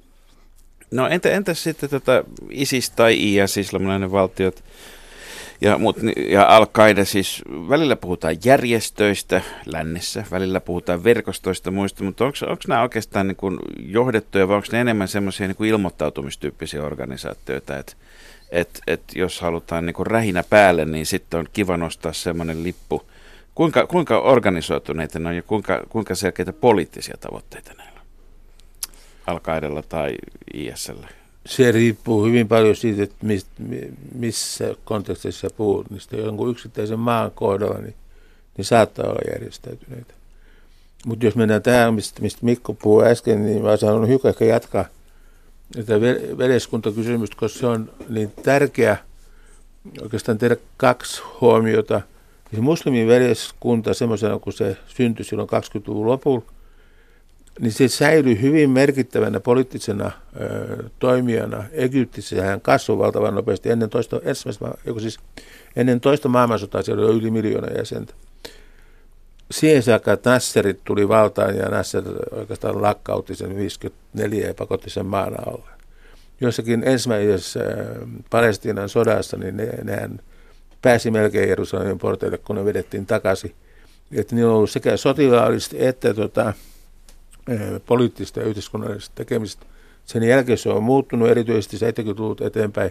No entä, entäs sitten tota ISIS tai I S, islamilainen valtiot? Ja, mut, ja Al-Qaida siis, välillä puhutaan järjestöistä lännessä, välillä puhutaan verkostoista muista, mutta onko nämä oikeastaan niin kuin johdettuja vai onko ne enemmän semmoisia niin kuin ilmoittautumistyyppisiä organisaatioita, että et, et jos halutaan niin kuin rähinä päälle, niin sitten on kiva nostaa semmoinen lippu. Kuinka, kuinka organisoituneita ne on ja kuinka, kuinka selkeitä poliittisia tavoitteita näillä Al-Qaidalla tai I S:llä? Se riippuu hyvin paljon siitä, että mist, missä kontekstissa puhut. Niistä jonkun yksittäisen maan kohdalla, niin, niin saattaa olla järjestäytyneitä. Mutta jos mennään tähän, mistä, mistä Mikko puhui äsken, niin mä sanon hiukan ehkä jatkaa tätä veljeskuntakysymystä, koska se on niin tärkeä oikeastaan tehdä kaksi huomiota. Siis muslimin veljeskunta semmoisena, kun se syntyi silloin kaksikymmentäluvun lopulla, niin se säilyi hyvin merkittävänä poliittisena ö, toimijana Egyptissä. Hän kasvoi valtavan nopeasti. Ennen toista, siis ennen toista maailmansotaa siellä oli yli miljoona jäsentä. Siihen saakka, että Nasserit tuli valtaan ja Nasser oikeastaan lakkautti sen viisikymmentäneljä ja pakotti sen maan alle. Jossakin ensimmäisessä Palestiinan sodassa, niin ne, nehän pääsi melkein Jerusalemin porteille, kun ne vedettiin takaisin. Että niillä on ollut sekä sotilaallista että tota, poliittista ja yhteiskunnallista tekemistä. Sen jälkeen se on muuttunut erityisesti seitsemänkymmentäluvulta tullut eteenpäin.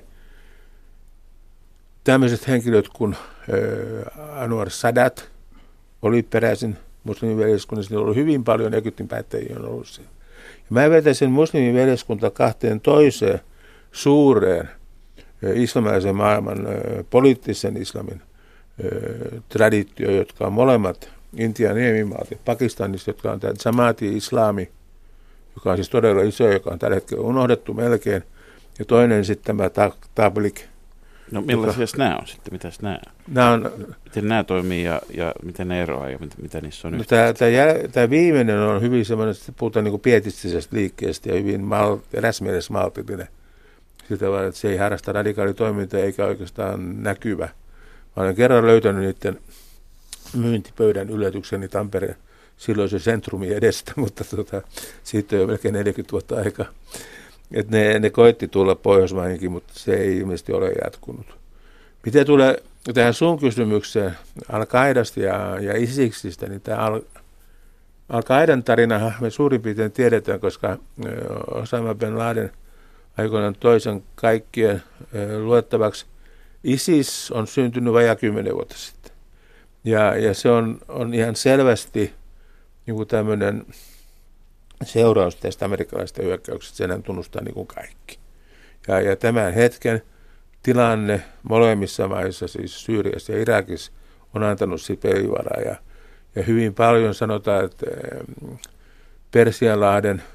Tämmöiset henkilöt kuin Anwar Sadat oli peräisin muslimiveljeskunnassa, niillä oli hyvin paljon Egyptin päättäjiä on ollut siellä. Ja mä vetäisin muslimiveljeskunta kahteen toiseen suureen islamilaisen maailman poliittisen islamin traditio, jotka on molemmat Intian niemimaat ja Pakistanissa, jotka on tämä Jamaati-islami, joka on siis todella iso, joka on tällä hetkellä unohdettu melkein, ja toinen sitten tämä Tabligh. No millaisia joka, nämä on sitten? Mitäs nämä? nämä on? Miten nämä toimii ja, ja miten ne eroaa ja mitä, mitä niissä on no tämä, tämä, jäl, tämä viimeinen on hyvin semmoinen, että puhutaan niin pietistisestä liikkeestä ja hyvin mal, eräsmielessä maltillinen. Siltä vaan, että se ei harrasta radikaalitoimintaa eikä oikeastaan näkyvä. Mä olen kerran löytänyt niiden myyntipöydän yllätykseni Tampereen silloisen sentrumin edestä, mutta tota, siitä on jo melkein neljäkymmentä vuotta aikaa. Et ne, ne koitti tulla Pohjoismaihinkin, mutta se ei ilmeisesti ole jatkunut. Mitä tulee tähän sun kysymykseen Al-Qaidasta ja, ja ISISistä, niin tämä Al, Al-Qaidan tarina me suurin piirtein tiedetään, koska Osama bin Laden aikoinaan toisen kaikkien luettavaksi. ISIS on syntynyt vajaa kymmenen vuotta sitten. Ja, ja se on, on ihan selvästi niin kuin tämmöinen seuraus tästä amerikkalaisesta hyökkäyksestä, sen tunnustaa niin kuin kaikki. Ja, ja tämän hetken tilanne molemmissa maissa, siis Syyriassa ja Irakissa, on antanut siitä pelivaraa. Ja ja hyvin paljon sanotaan, että Persianlahden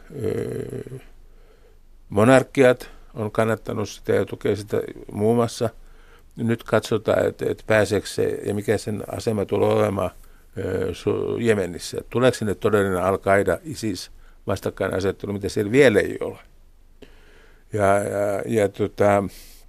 monarkiat on kannattanut sitä ja tukee sitä muun muassa. Nyt katsotaan, että, että pääseekö se ja mikä sen asema tulee olemaan Jemenissä. Tuleeko sinne todellinen Al-Qaida, ISIS vastakkainasettelu, mitä siellä vielä ei ole. Ja, ja, ja tota,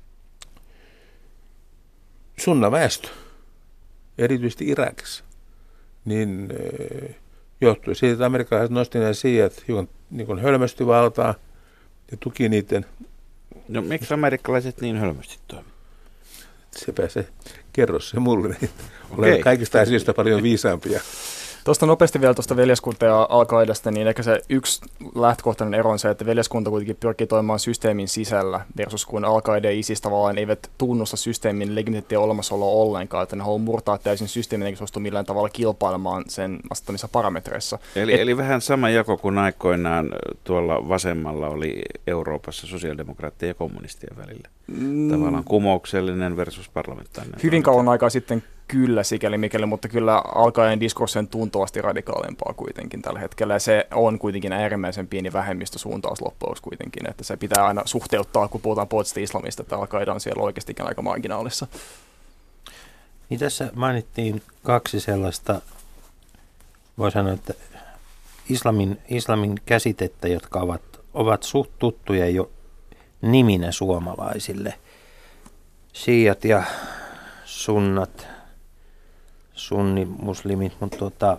sunnaväestö, erityisesti Irakissa, niin e, johtui siitä, että amerikkalaiset nosti nämä siijat, niin hölmösti valtaa ja tuki niiden. No miksi amerikkalaiset niin hölmösti toimii? Sepä se, kerro se mulle. Olen kaikista asioista paljon viisaampia. Tuosta nopeasti vielä tuosta veljeskunta ja Al-Qaidasta, niin ehkä se yksi lähtökohtainen ero on se, että veljeskunta kuitenkin pyrkii toimimaan systeemin sisällä versus kun Al-Qaida ja ISIS tavallaan eivät tunnusta systeemin legitimiteettiä olemassaoloa ollenkaan, että ne haluaa murtaa täysin systeemin eikä suostu millään tavalla kilpailemaan sen asettamissa parametreissa. Eli, Et, eli vähän sama jako kuin aikoinaan tuolla vasemmalla oli Euroopassa sosiaalidemokraattien ja kommunistien välillä. Mm, Tavallaan kumouksellinen versus parlamentaarinen. Hyvin kauan aikaa sitten kyllä sikäli mikäli, mutta kyllä Al-Qaidan diskurssi on tuntuvasti radikaalimpaa kuitenkin tällä hetkellä. Ja se on kuitenkin äärimmäisen pieni vähemmistösuuntaus loppujen kuitenkin, että se pitää aina suhteuttaa, kun puhutaan poliittisesta islamista, että Al-Qaida on siellä oikeastikin aika marginaalissa. Niin tässä mainittiin kaksi sellaista, voi sanoa, että islamin, islamin käsitettä, jotka ovat, ovat suht tuttuja jo niminä suomalaisille. Shiiat ja sunnat, sunnimuslimit, mutta tuota,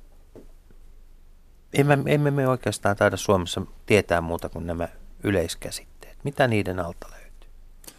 emme, emme me oikeastaan taida Suomessa tietää muuta kuin nämä yleiskäsitteet. Mitä niiden alta löytyy?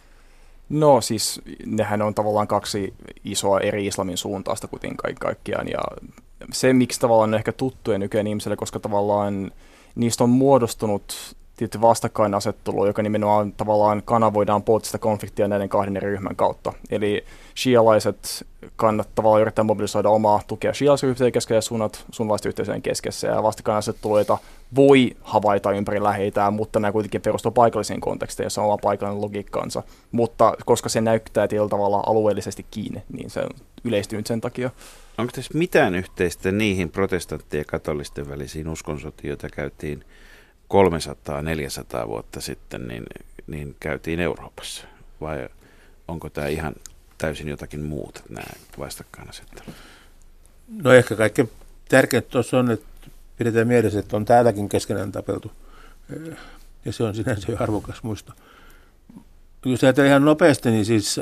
No siis nehän on tavallaan kaksi isoa eri islamin suuntausta kuitenkin kaikki kaikkiaan. Ja se, miksi tavallaan on ehkä tuttuja nykyään ihmisille, koska tavallaan niistä on muodostunut tietty vastakkainasettelu, joka nimenomaan tavallaan kanavoidaan poliittista konfliktia näiden kahden eri ryhmän kautta. Eli shialaiset kannat tavallaan yrittää mobilisoida omaa tukea shialaisen yhteisöjen keskellä ja sunnat sunnalaisten yhteisöjen keskessä. Ja vastakkainasetteluita voi havaita ympäri läheitään, mutta nämä kuitenkin perustuu paikallisiin konteksteihin, jossa on oma paikallinen logiikkansa. Mutta koska se näyttää tietyllä tavalla alueellisesti kiinni, niin se on yleistynyt sen takia. Onko tässä mitään yhteistä niihin protestanttien ja katolisten välisiin uskonsotiin, joita käytiin kolmesataa neljäsataa vuotta sitten, niin, niin käytiin Euroopassa? Vai onko tämä ihan täysin jotakin muuta, nämä vastakkainasettelut? No ehkä kaikkein tärkeintä tuossa on, että pidetään mielessä, että on täälläkin keskenään tapeltu. Ja se on sinänsä jo arvokas muisto. Jos ajatellaan ihan nopeasti, niin siis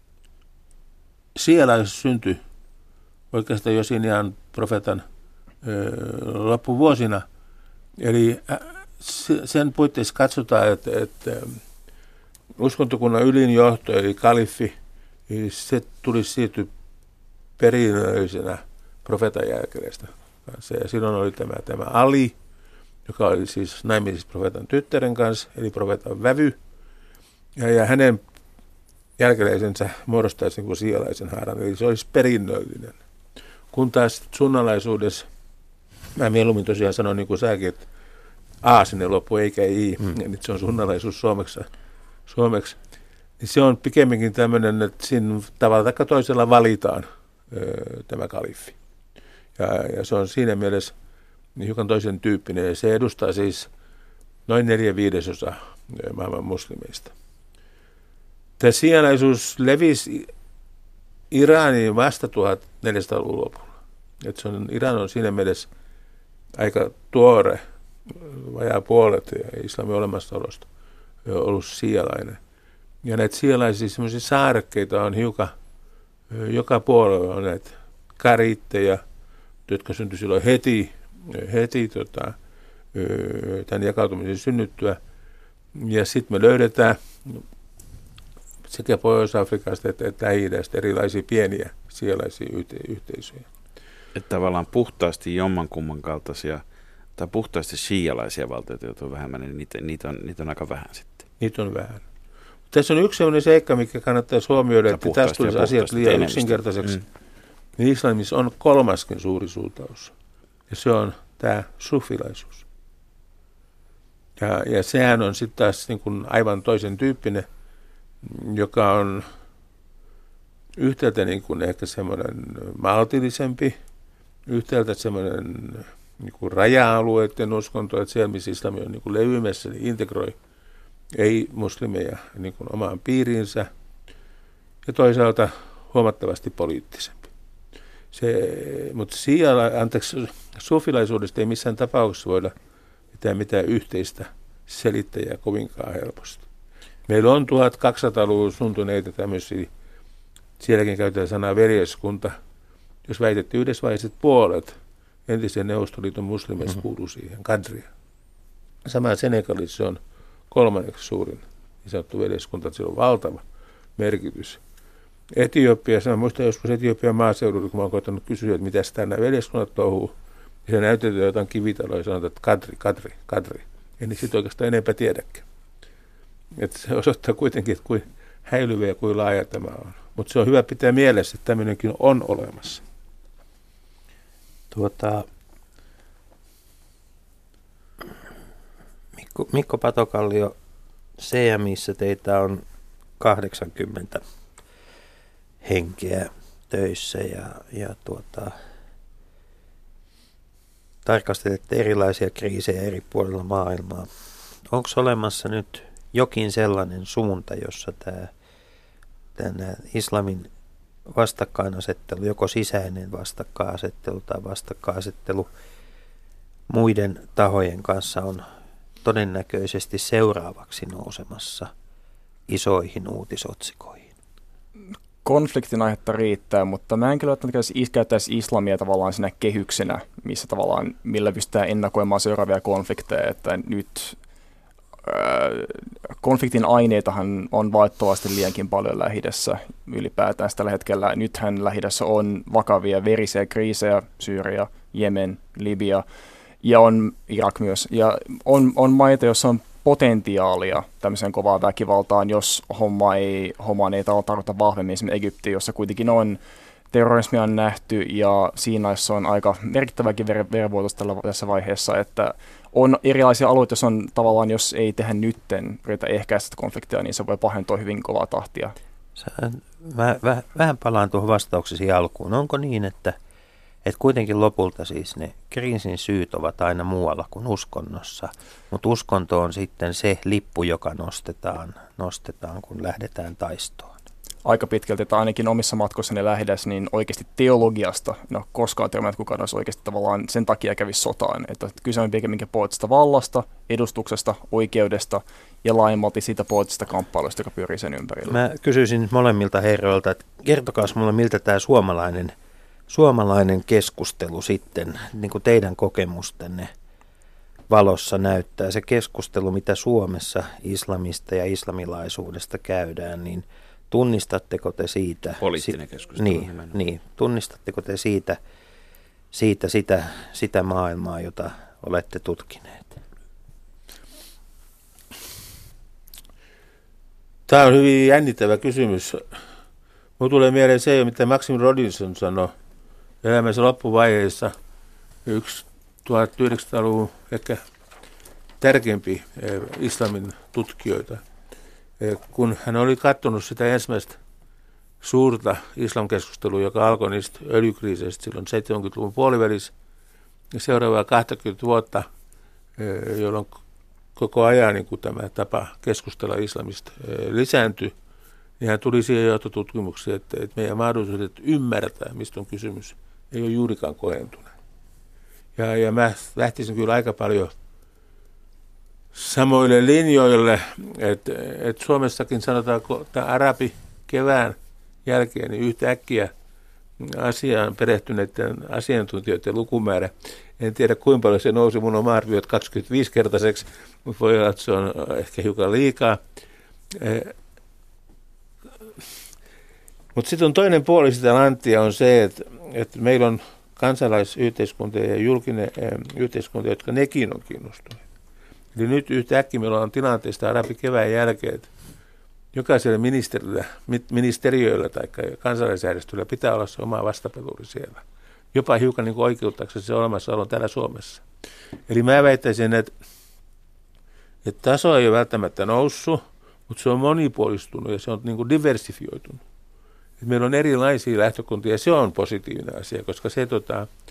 sialaisuus syntyi oikeastaan jo siinä ihan profeetan loppuvuosina. Eli sen puitteissa katsotaan, että, että uskontokunnan ylin johto, eli kalifi, se tulisi siirtyä perinnöllisenä profeetan jälkeläistä kanssa. Ja silloin oli tämä, tämä Ali, joka oli siis naimisissa profeetan tyttären kanssa, eli profeetan vävy. Ja, ja hänen jälkeläisensä muodostaisi niin kuin sialaisen haaran, eli se olisi perinnöllinen. Kun taas sunnalaisuudessa, mä mieluummin tosiaan sanon niin kuin säkin, että A sinne loppu eikä I, mm. ja nyt se on sunnalaisuus suomeksi, suomeksi. Niin se on pikemminkin tämmöinen, että siinä tavalla tai toisella valitaan öö, tämä kalifi. Ja, ja se on siinä mielessä hiukan toisen tyyppinen, ja se edustaa siis noin neljä viidesosa maailman muslimeista. Tämä sialaisuus levisi Iraniin vasta tuhatneljäsataaluvun lopulla. Et se on, Iran on siinä mielessä aika tuore, vajaa puolet islamin olemassaolosta ollut sialainen. Ja näitä sialaisia semmoisia saarekkeita on hiukan, joka puolella on näitä karitteja, jotka syntyi silloin heti, heti tota, tämän jakautumisen synnyttyä. Ja sitten me löydetään sekä Pohjois-Afrikasta että, että Lähi-idästä erilaisia pieniä sialaisia yhte- yhteisöjä. Että tavallaan puhtaasti jommankumman kaltaisia tai puhtaasti shialaisia valtioita, joita on vähemmän, niin niitä, niitä, on, niitä on aika vähän sitten. Niitä on vähän. Tässä on yksi sellainen seikka, mikä kannattaa huomioida, että tässä tulisi asiat liian enemmistö. yksinkertaiseksi. Mm. Niin islamissa on kolmaskin suuri suuntaus, ja se on tämä sufilaisuus. Ja, ja sehän on sitten taas niin kuin aivan toisen tyyppinen, joka on yhtäältä niin kuin ehkä semmoinen maltillisempi, yhtäältä semmoinen niin kuin raja-alueiden uskonto, että siellä missä islami on niin kuin levymässä, niin integroi ei-muslimeja niin kuin omaan piiriinsä, ja toisaalta huomattavasti poliittisempi. Se, mutta siellä, anteeksi, sufilaisuudesta ei missään tapauksessa voida mitään, mitään yhteistä selittäjää kovinkaan helposti. Meillä on tuhatkaksisataaluvun syntyneitä tämmöisiä, sielläkin käytetään sanaa veljeskunta, jos väitetty yhdessä vaiheessa puolet entisen Neuvostoliiton muslimeista mm-hmm. kuuluu siihen, kadria. Sama Senegalissa on kolmanneksi suurin niin sanottu veljeskunta, että sillä on valtava merkitys. Etiopiassa, mä muistan joskus Etiopian maaseudulla, kun mä oon koettanut kysyä, että mitä nämä veljeskunnat touhuu, ja se näytetään jotain kivitaloa ja sanotaan, että kadri, kadri, kadri. En niin sitten oikeastaan enempää tiedäkään. Että se osoittaa kuitenkin, että kuin häilyvä ja kuin laaja tämä on. Mutta se on hyvä pitää mielessä, että tämmöinenkin on olemassa. Tuota, Mikko, Mikko Patokallio, C M I:ssä teitä on kahdeksankymmentä henkeä töissä ja, ja tuota, tarkastelette erilaisia kriisejä eri puolilla maailmaa. Onko olemassa nyt jokin sellainen suunta, jossa tämä, tämä islamin vastakkainasettelu, joko sisäinen vastakkainasettelu tai vastakkainasettelu muiden tahojen kanssa on todennäköisesti seuraavaksi nousemassa isoihin uutisotsikoihin? Konfliktin aihetta riittää, mutta mä en kyllä käyttäisi islamia tavallaan siinä kehyksenä, missä tavallaan, millä pystytään ennakoimaan seuraavia konflikteja, että nyt konfliktin aineitahan on valitettavasti liiankin paljon Lähi-idässä ylipäätään tällä hetkellä. Nythän Lähi-idässä on vakavia verisiä kriisejä, Syyria, Jemen, Libya ja on Irak myös. Ja on, on maita, joissa on potentiaalia tämmöiseen kovaan väkivaltaan, jos homma ei, hommaan ei tarvita vahvemmin, esimerkiksi Egypti, jossa kuitenkin on terrorismia on nähty ja siinä on aika merkittäväkin ver- vervuotos tässä vaiheessa, että on erilaisia alueita, jos on tavallaan, jos ei tehdä nytten, yritä ehkäistä konfliktia, niin se voi pahentua hyvin kovaa tahtia. Sä, mä, väh, vähän palaan tuohon vastauksesi alkuun. Onko niin, että, että kuitenkin lopulta siis ne kriisin syyt ovat aina muualla kuin uskonnossa, mutta uskonto on sitten se lippu, joka nostetaan, nostetaan kun lähdetään taistoon? Aika pitkälti, että ainakin omissa matkoissani Lähi-idässä, niin oikeasti teologiasta, no koskaan törmännyt kukaan olisi oikeasti tavallaan sen takia kävisi sotaan, että kyse on pikemminkin poliittisesta vallasta, edustuksesta, oikeudesta ja laajemmalti siitä poliittisesta kamppailusta, joka pyörii sen ympärillä. Mä kysyisin molemmilta herroilta, että kertokaa mulle, miltä tämä suomalainen, suomalainen keskustelu sitten, niin kuin teidän kokemustenne valossa näyttää, se keskustelu, mitä Suomessa islamista ja islamilaisuudesta käydään, niin tunnistatteko te siitä? Poliittinen keskustelu. Niin, niin, tunnistatteko te siitä, siitä sitä, sitä maailmaa, jota olette tutkineet? Tämä on hyvin jännittävä kysymys. Minulle tulee mieleen se, mitä Maxim Rodinson sanoi elämänsä loppuvaiheessa, yksi tuhatyhdeksänsataaluvun ehkä tärkeimpiä islamin tutkijoita. Kun hän oli katsonut sitä ensimmäistä suurta islamkeskustelua, joka alkoi niistä öljykriiseistä silloin seitsemänkymmentäluvun puolivälissä, ja seuraavaa kaksikymmentä vuotta, jolloin koko ajan niin kuin tämä tapa keskustella islamista lisääntyi, niin hän tuli siihen johtotutkimukseen, että, että meidän mahdollisuudet ymmärtää, mistä on kysymys, ei ole juurikaan kohentuneet. Ja, ja mä lähtisin kyllä aika paljon samoille linjoille, että, että Suomessakin sanotaanko tämän arabi kevään jälkeen niin yhtäkkiä asiaan perehtyneiden asiantuntijoiden lukumäärä. En tiedä kuinka paljon se nousi, mun oma arvio, että kaksikymmentäviisi-kertaiseksi, mutta voi olla, että se on ehkä hiukan liikaa. Mutta sitten on toinen puoli sitä lanttia on se, että, että meillä on kansalaisyhteiskunta ja julkinen yhteiskunta, jotka nekin on kiinnostuneet. Eli nyt yhtäkkiä meillä on tilanteesta arabi kevään jälkeen, että jokaisella ministerillä, ministeriöillä tai kansalaisjärjestöllä pitää olla se oma vastapeluri siellä. Jopa hiukan niin oikeuttakseen se olemassaolo täällä Suomessa. Eli mä väittäisin, että, että taso ei ole välttämättä noussut, mutta se on monipuolistunut ja se on niin kuin diversifioitunut. Et meillä on erilaisia lähtökuntia ja se on positiivinen asia, koska se tota,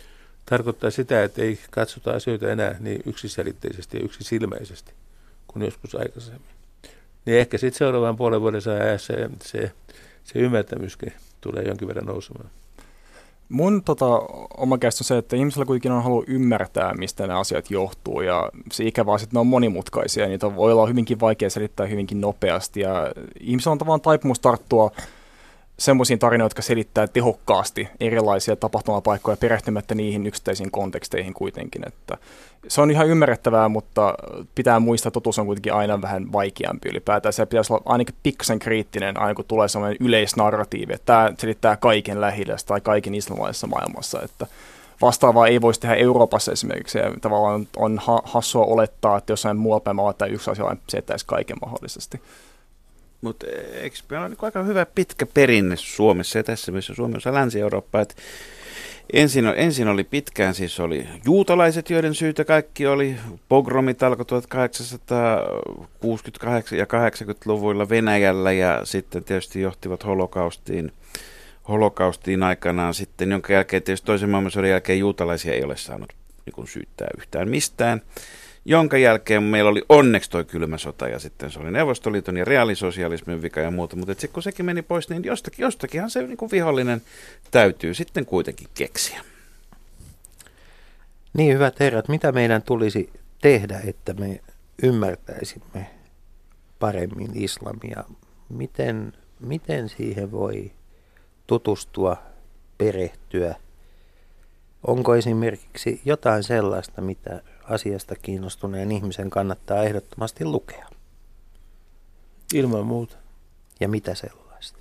tarkoittaa sitä, että ei katsota asioita enää niin yksiselitteisesti ja yksisilmäisesti kuin joskus aikaisemmin. Niin ehkä sitten seuraavan puolen vuoden ajassa se, se ymmärtämyskin tulee jonkin verran nousemaan. Mun tota, oma käsitys on se, että ihmisillä kuitenkin on halu ymmärtää, mistä nämä asiat johtuu, ja se ikävä asia, että ne on monimutkaisia, ja niitä voi olla hyvinkin vaikea selittää hyvinkin nopeasti, ja ihmisillä on tavallaan taipumus tarttua semmoisiin tarinoihin, jotka selittää tehokkaasti erilaisia tapahtumapaikkoja perehtymättä niihin yksittäisiin konteksteihin kuitenkin. Että se on ihan ymmärrettävää, mutta pitää muistaa, että totuus on kuitenkin aina vähän vaikeampi ylipäätään. Se pitäisi olla ainakin pikkasen kriittinen aina, kun tulee sellainen yleisnarratiivi, että tämä selittää kaiken Lähi-idässä tai kaiken islamilaisessa maailmassa. Että vastaavaa ei voisi tehdä Euroopassa esimerkiksi. Ja tavallaan on hassua olettaa, että jossain muualla päin maa tai yksi asia selittäisi kaiken mahdollisesti. Mutta eikö meillä ole niin aika hyvä pitkä perinne Suomessa ja tässä myös Suomessa Länsi-Eurooppa, että ensin, ensin oli pitkään, siis oli juutalaiset, joiden syytä kaikki oli, pogromit alkoi tuhatkahdeksansataakuusikymmentäkahdeksan ja kahdeksankymmentäluvuilla Venäjällä ja sitten tietysti johtivat holokaustiin, holokaustiin aikanaan sitten, jonka jälkeen tietysti toisen maailmansodan jälkeen juutalaisia ei ole saanut niin kuin syyttää yhtään mistään. Jonka jälkeen meillä oli onneksi toi kylmä sota ja sitten se oli Neuvostoliiton ja reaalisosialismin vika ja muuta, mutta sitten kun sekin meni pois, niin jostakin, jostakinhan se niin kuin vihollinen täytyy sitten kuitenkin keksiä. Niin, hyvät herrat, mitä meidän tulisi tehdä, että me ymmärtäisimme paremmin islamia? Miten, miten siihen voi tutustua, perehtyä? Onko esimerkiksi jotain sellaista, mitä asiasta kiinnostuneen ihmisen kannattaa ehdottomasti lukea? Ilman muuta. Ja mitä sellaista?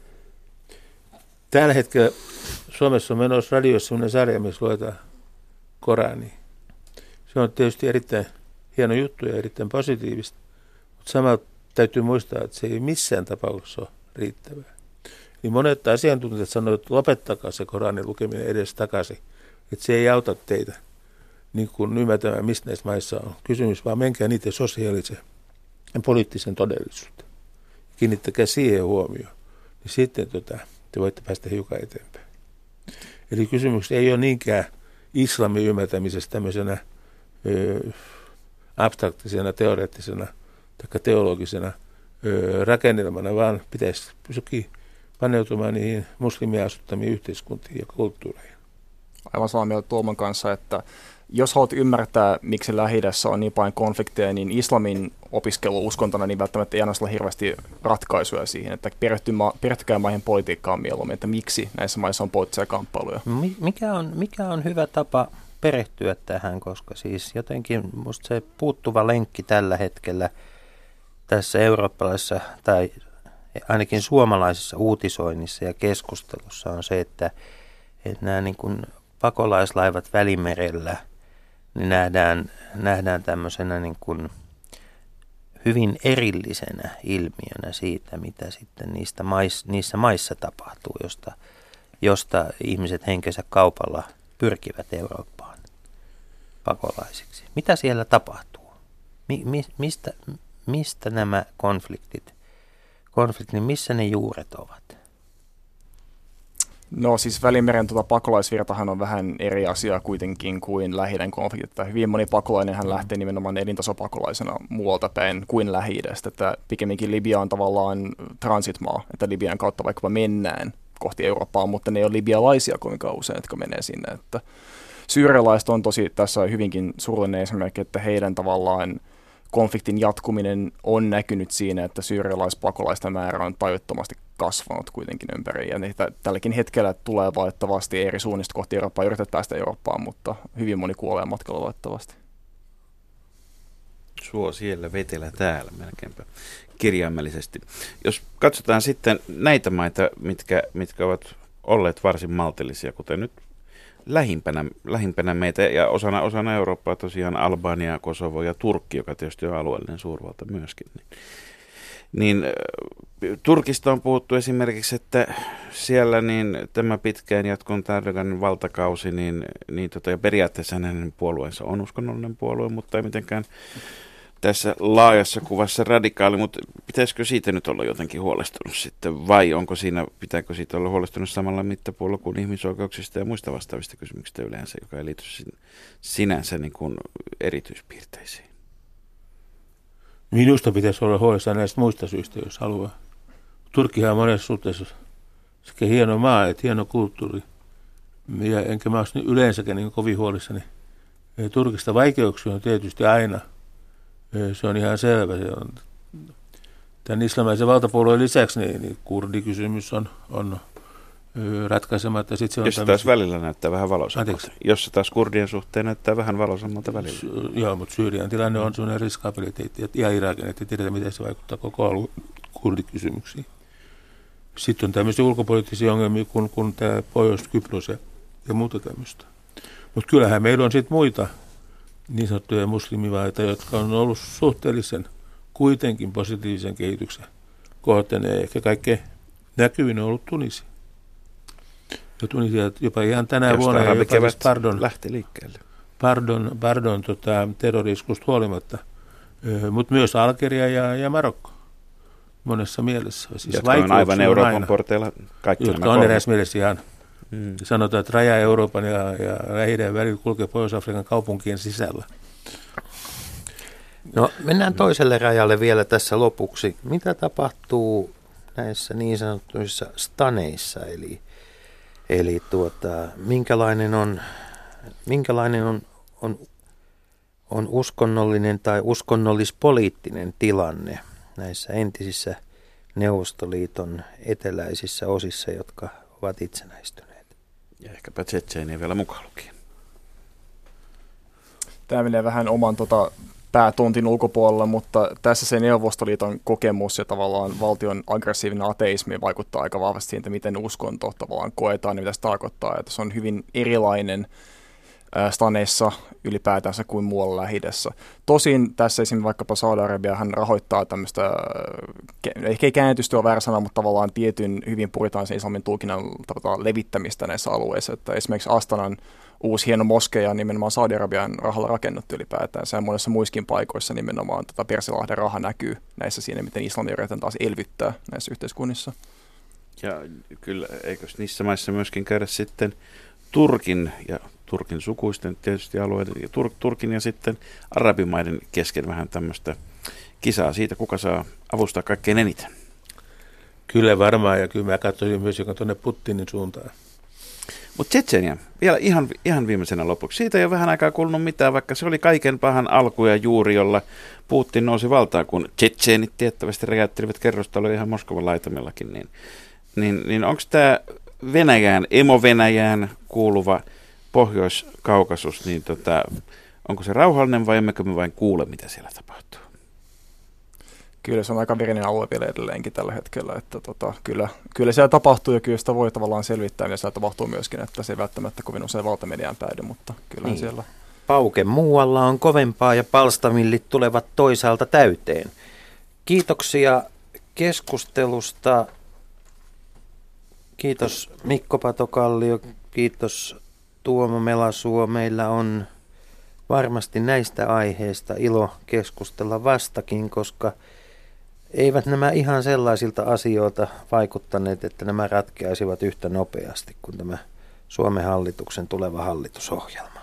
Tällä hetkellä Suomessa on menossa radiossa sellainen sarja, missä luetaan Korania. Se on tietysti erittäin hieno juttu ja erittäin positiivista, mutta samalla täytyy muistaa, että se ei missään tapauksessa ole riittävää. Niin monet asiantuntijat sanovat, että lopettakaa se Koranin lukeminen edes takaisin, että se ei auta teitä niin kuin ymmärtämään, mistä näissä maissa on kysymys, vaan menkää niiden sosiaalisen ja poliittisen todellisuuteen. Kiinnittäkää siihen huomioon, niin sitten tota, te voitte päästä hiukan eteenpäin. Eli kysymys ei ole niinkään islamin ymmärtämisestä tämmöisenä ö, abstraktisena, teoreettisena tai teologisena ö, rakennelmana, vaan pitäisi pysyä paneutumaan niihin muslimia asuttamiin yhteiskuntiin ja kulttuureihin. Aivan samaa mieltä Tuomon kanssa, että jos haluat ymmärtää, miksi Lähi-idässä on niin paljon konflikteja, niin islamin opiskelu uskontona niin välttämättä ei ainoastaan hirveästi ratkaisuja siihen, että perehtykää maihin politiikkaan mieluummin, että miksi näissä maissa on poliittisia kamppailuja. Mikä on, mikä on hyvä tapa perehtyä tähän, koska siis jotenkin musta se puuttuva lenkki tällä hetkellä tässä eurooppalaisessa tai ainakin suomalaisessa uutisoinnissa ja keskustelussa on se, että, että nämä niin kuin pakolaislaivat Välimerellä niin nähdään, nähdään tämmöisenä niin kuin hyvin erillisenä ilmiönä siitä, mitä sitten niistä mais, niissä maissa tapahtuu, josta, josta ihmiset henkensä kaupalla pyrkivät Eurooppaan pakolaisiksi. Mitä siellä tapahtuu? Mi, mi, mistä, mistä nämä konfliktit, konfliktit, missä ne juuret ovat? No siis Välimeren tuota pakolaisvirtahan on vähän eri asia kuitenkin kuin Lähi-idän konfliktit. Hyvin moni pakolainen hän lähtee nimenomaan elintasopakolaisena muualta päin kuin Lähi-idästä. Että pikemminkin Libya on tavallaan transitmaa, että Libyan kautta vaikkapa mennään kohti Eurooppaa, mutta ne ei ole libialaisia kovinkaan usein, jotka menee sinne. Että syyrialaiset on tosi tässä hyvinkin surullinen esimerkki, että heidän tavallaan konfliktin jatkuminen on näkynyt siinä, että syyrialaispakolaisten määrä on tajuttomasti kasvanut kuitenkin ympäri. Ja niitä tälläkin hetkellä tulee valitettavasti eri suunnista kohti Eurooppaa. Yrität päästä Eurooppaan, mutta hyvin moni kuolee matkalla valitettavasti. Suo siellä, vetelä täällä melkeinpä kirjaimellisesti. Jos katsotaan sitten näitä maita, mitkä, mitkä ovat olleet varsin maltillisia, kuten nyt lähimpänä, lähimpänä meitä ja osana, osana Eurooppaa tosiaan Albania, Kosovo ja Turkki, joka tietysti on alueellinen suurvalta myöskin. Niin, niin Turkista on puhuttu esimerkiksi, että siellä niin tämä pitkään jatkunut Erdoganin valtakausi, niin, niin tota, ja periaatteessa hänen puolueensa on uskonnollinen puolue, mutta ei mitenkään tässä laajassa kuvassa radikaali, mutta pitäisikö siitä nyt olla jotenkin huolestunut sitten, vai onko siinä, pitääkö siitä olla huolestunut samalla mittapuolella kuin ihmisoikeuksista ja muista vastaavista kysymyksistä yleensä, joka ei liity sinänsä niin kuin erityispiirteisiin? Minusta pitäisi olla huolissaan näistä muista syistä, jos haluaa. Turkkihan on monessa suhteessa sekä hieno maa että hieno kulttuuri. Ja enkä mä olisi yleensäkin niin kovin huolissani. Turkista vaikeuksia on tietysti aina. Se on ihan selvä. Se on, tämän islamilaisen valtapuolueen lisäksi niin, niin kurdikysymys on, on ratkaisematta. Sitten se on jos se taas välillä näyttää vähän valoisammalta. Jos se taas kurdien suhteen näyttää vähän valoisammalta välillä. S- joo, mutta Syyrian tilanne on sellainen riskaapeliteetti ja Irakin, että tiedetään, miten se vaikuttaa koko alueen kurdikysymyksiin. Sitten on tämmöisiä ulkopoliittisia ongelmia kuin, kuin tämä Pohjois-Kypros ja, ja muuta tämmöistä. Mutta kyllähän meillä on sitten muita niin sanottuja muslimimaita, jotka on ollut suhteellisen kuitenkin positiivisen kehityksen kohteen. Ehkä kaikkein näkyvin on ollut Tunisia. Ja Tunisia jopa ihan tänä Josta vuonna, jopa pardon, lähti liikkeelle. Pardon, pardon tota, terroriskusta huolimatta, mutta myös Algeria ja, ja Marokko monessa mielessä. Siis jotka on aivan Euroopan aina, porteilla kaikki jotka nämä on kolme. eräs mielessä ihan, hmm. sanotaan, että raja Euroopan ja, ja Lähi-idän välillä kulkee Pohjois-Afrikan kaupunkien sisällä. No mennään toiselle rajalle vielä tässä lopuksi. Mitä tapahtuu näissä niin sanottuissa staneissa, eli, eli tuota, minkälainen on, minkälainen on, on, on uskonnollinen tai uskonnollispoliittinen tilanne näissä entisissä Neuvostoliiton eteläisissä osissa, jotka ovat itsenäistyneet? Ja ehkäpä Tšetšenia vielä mukaan lukien. Tämä menee vähän oman tota, päätontin ulkopuolella, mutta tässä se Neuvostoliiton kokemus ja tavallaan valtion aggressiivinen ateismi vaikuttaa aika vahvasti siitä, miten uskonto tavallaan koetaan ja mitä se tarkoittaa. Että se on hyvin erilainen ää, staneissa ylipäätänsä kuin muualla Lähi-idässä. Tosin tässä esimerkiksi vaikkapa Saudi-Arabia hän rahoittaa tämmöistä, ehkä ei käännetysti ole väärä sana, mutta tavallaan tietyn hyvin puritaanisen islamin tulkinnan levittämistä näissä alueissa. Että esimerkiksi Astanan uusi hieno moskeja on nimenomaan Saudi-Arabian rahalla rakennettu ylipäätään. Ja monessa muissakin paikoissa nimenomaan tota Persilahden raha näkyy näissä siinä, miten islanti yritetään taas elvyttää näissä yhteiskunnissa. Ja kyllä, eikös niissä maissa myöskin käydä sitten Turkin ja Turkin sukuisten tietysti alueiden, ja Tur- Turkin ja sitten arabimaiden kesken vähän tämmöistä kisaa siitä, kuka saa avustaa kaikkein eniten. Kyllä varmaan, ja kyllä mä katsoin myös joka tuonne Putinin suuntaan. Mutta Tšetšenia, vielä ihan, ihan viimeisenä lopuksi. Siitä ei ole vähän aikaa kuulunut mitään, vaikka se oli kaiken pahan alku ja juuri, jolla Putin nousi valtaan, kun tšetšeenit tiettävästi räjäyttelivät kerrostaloja ihan Moskovan laitamillakin. Niin, niin, niin onko tämä Venäjään, emo-Venäjään kuuluva Pohjois-Kaukasus, niin tota, onko se rauhallinen vai emmekö me vain kuule, mitä siellä tapahtuu? Kyllä se on aika verinen alue vielä edelleenkin tällä hetkellä, että tota, kyllä, kyllä siellä tapahtuu ja kyllä sitä voi tavallaan selvittää, ja siellä tapahtuu myöskin, että se ei välttämättä kovin usein valtamediaan päädy, mutta kyllä niin. Siellä. Pauke muualla on kovempaa ja palstamillit tulevat toisaalta täyteen. Kiitoksia keskustelusta. Kiitos Mikko Patokallio, kiitos Tuomo Melasuo. Meillä on varmasti näistä aiheista ilo keskustella vastakin, koska eivät nämä ihan sellaisilta asioilta vaikuttaneet, että nämä ratkeaisivat yhtä nopeasti kuin tämä Suomen hallituksen tuleva hallitusohjelma.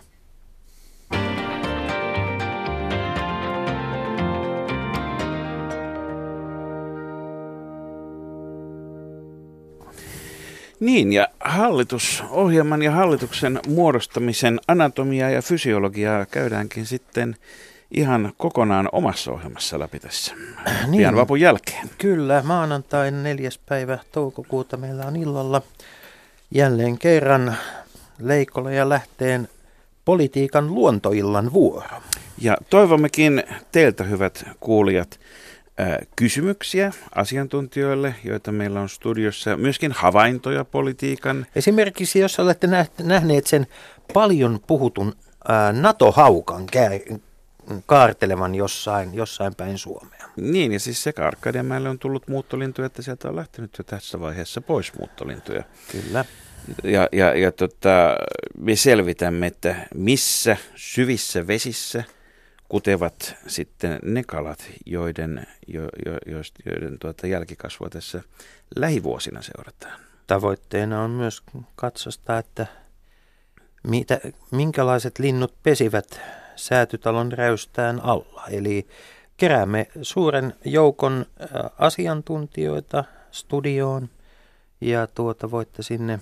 Niin, ja hallitusohjelman ja hallituksen muodostamisen anatomiaa ja fysiologiaa käydäänkin sitten ihan kokonaan omassa ohjelmassa läpi tässä niin, pian vapun jälkeen. Kyllä, maanantain neljäs päivä toukokuuta meillä on illalla jälleen kerran Leikola ja Lähteen politiikan luontoillan vuoro. Ja toivommekin teiltä, hyvät kuulijat, kysymyksiä asiantuntijoille, joita meillä on studiossa, myöskin havaintoja politiikan. Esimerkiksi jos olette nähneet sen paljon puhutun NATO-haukan kaartelevan jossain, jossain päin Suomea. Niin, ja siis sekä Arkadianmäelle on tullut muuttolintuja, että sieltä on lähtenyt jo tässä vaiheessa pois muuttolintuja. Kyllä. Ja, ja, ja tota, me selvitämme, että missä syvissä vesissä kutevat sitten ne kalat, joiden, jo, jo, joiden tuota jälkikasvua tässä lähivuosina seurataan. Tavoitteena on myös katsostaa, että mitä, minkälaiset linnut pesivät Säätytalon räystään alla. Eli keräämme suuren joukon asiantuntijoita studioon ja tuota voitte sinne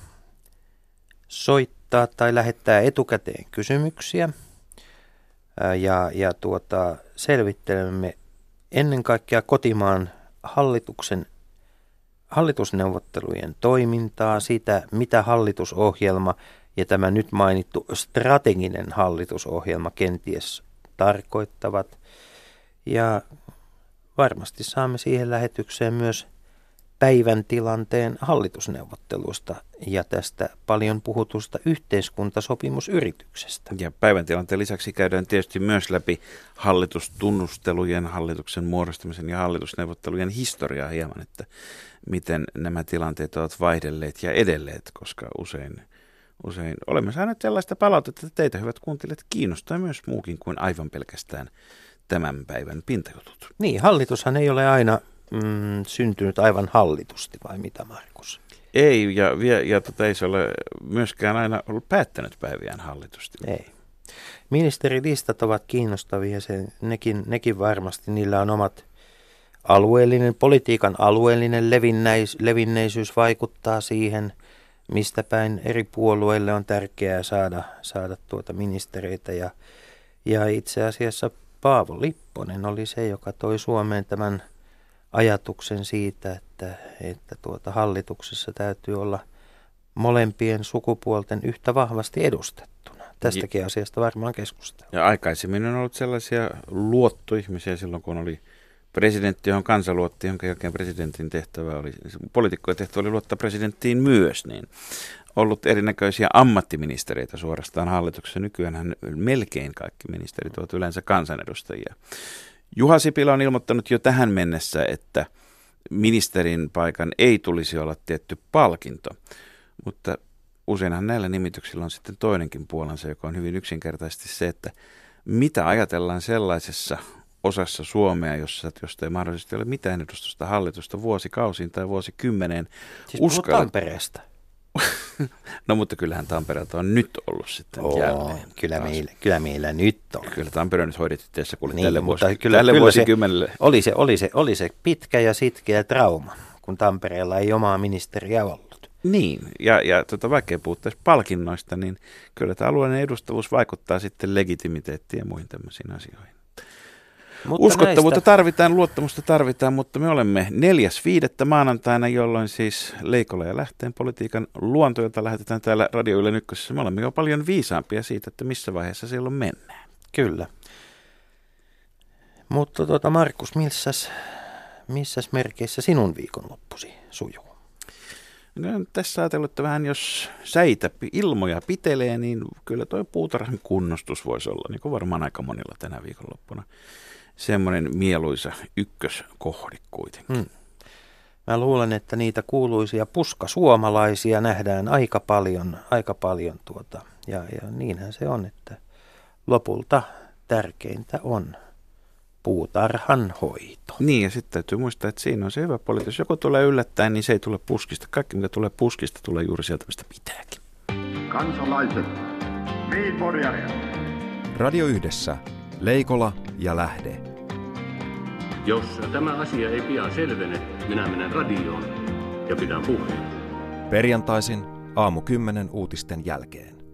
soittaa tai lähettää etukäteen kysymyksiä. Ja, ja tuota, selvittelemme ennen kaikkea kotimaan hallituksen, hallitusneuvottelujen toimintaa, sitä mitä hallitusohjelma ja tämä nyt mainittu strateginen hallitusohjelma kenties tarkoittavat. Ja varmasti saamme siihen lähetykseen myös päivän tilanteen hallitusneuvotteluista ja tästä paljon puhutusta yhteiskuntasopimusyrityksestä. Ja päivän tilanteen lisäksi käydään tietysti myös läpi hallitustunnustelujen, hallituksen muodostamisen ja hallitusneuvottelujen historiaa hieman, että miten nämä tilanteet ovat vaihdelleet ja edelleet, koska usein, usein olemme saaneet sellaista palautetta, että teitä hyvät kuuntelijat kiinnostaa myös muukin kuin aivan pelkästään tämän päivän pintajutut. Niin, hallitushan ei ole aina mm, syntynyt aivan hallitusti, vai mitä, Markus? Ei, ja, ja, ja tota, ei se ole myöskään aina ollut päättänyt päiviään hallitusti. Ei. Ministerilistat ovat kiinnostavia, se, nekin, nekin varmasti, niillä on omat alueellinen, politiikan alueellinen levinnäis, levinneisyys vaikuttaa siihen, mistä päin eri puolueille on tärkeää saada, saada tuota ministereitä. Ja, ja itse asiassa Paavo Lipponen oli se, joka toi Suomeen tämän ajatuksen siitä, että, että tuota hallituksessa täytyy olla molempien sukupuolten yhtä vahvasti edustettuna. Tästäkin asiasta varmaan keskustellaan. Ja aikaisemmin on ollut sellaisia luottoihmisiä silloin, kun oli presidentti, johon kansa luotti, jonka jälkeen presidentin tehtävä oli, poliitikkojen tehtävä oli luottaa presidenttiin myös, niin ollut erinäköisiä ammattiministereitä suorastaan hallituksessa. Nykyäänhän melkein kaikki ministerit ovat yleensä kansanedustajia. Juha Sipilä on ilmoittanut jo tähän mennessä, että ministerin paikan ei tulisi olla tietty palkinto, mutta useinhan näillä nimityksillä on sitten toinenkin puolensa, joka on hyvin yksinkertaisesti se, että mitä ajatellaan sellaisessa osassa Suomea, jossa, josta ei mahdollisesti ole mitään edustusta hallitusta vuosikausiin tai vuosikymmeneen. Siis Uskalla... Tampereesta. No mutta kyllähän Tampereelta on nyt ollut sitten Oo, jälleen. Kyllä meillä, kyllä meillä nyt on. Kyllä Tampere on nyt hoidettu tässä kuule niin, tälle, mutta vuosi, kyllä, tälle kyllä vuosikymmenelle. Se, oli, se, oli, se, oli se pitkä ja sitkeä trauma, kun Tampereella ei omaa ministeriä ollut. Niin, ja, ja tota, vaikka ei puhuttaisi palkinnoista, niin kyllä tämä alueellinen edustavuus vaikuttaa sitten legitimiteettiin ja muihin tämmöisiin asioihin. Mutta uskottavuutta näistä tarvitaan, luottamusta tarvitaan, mutta me olemme neljäs viidettä maanantaina, jolloin siis Leikola ja Lähteen politiikan luonto, jota lähetetään täällä Radio Ylen ykkösessä. Me olemme jo paljon viisaampia siitä, että missä vaiheessa silloin mennään. Kyllä. Mutta tuota, Markus, missäs, missäs merkeissä sinun viikonloppusi sujuu? No, tässä ajatellut, että vähän jos säitä ilmoja pitelee, niin kyllä tuo puutarhan kunnostus voisi olla, niin kuin varmaan aika monilla tänä viikonloppuna. Semmoinen mieluisa ykköskohde kuitenkin. Hmm. Mä luulen, että niitä kuuluisia puskasuomalaisia nähdään aika paljon, aika paljon tuota. Ja, ja niinhän se on, että lopulta tärkeintä on puutarhan hoito. Niin, ja sitten täytyy muistaa, että siinä on se hyvä puoli. Jos joku tulee yllättäen, niin se ei tule puskista. Kaikki, mikä tulee puskista, tulee juuri sieltä, mistä pitääkin. Kansalaiset, Radio Yhdessä, Leikola ja Lähde. Jos tämä asia ei pian selvene, minä menen radioon ja pidän puheen. Perjantaisin aamu kymmenen uutisten jälkeen.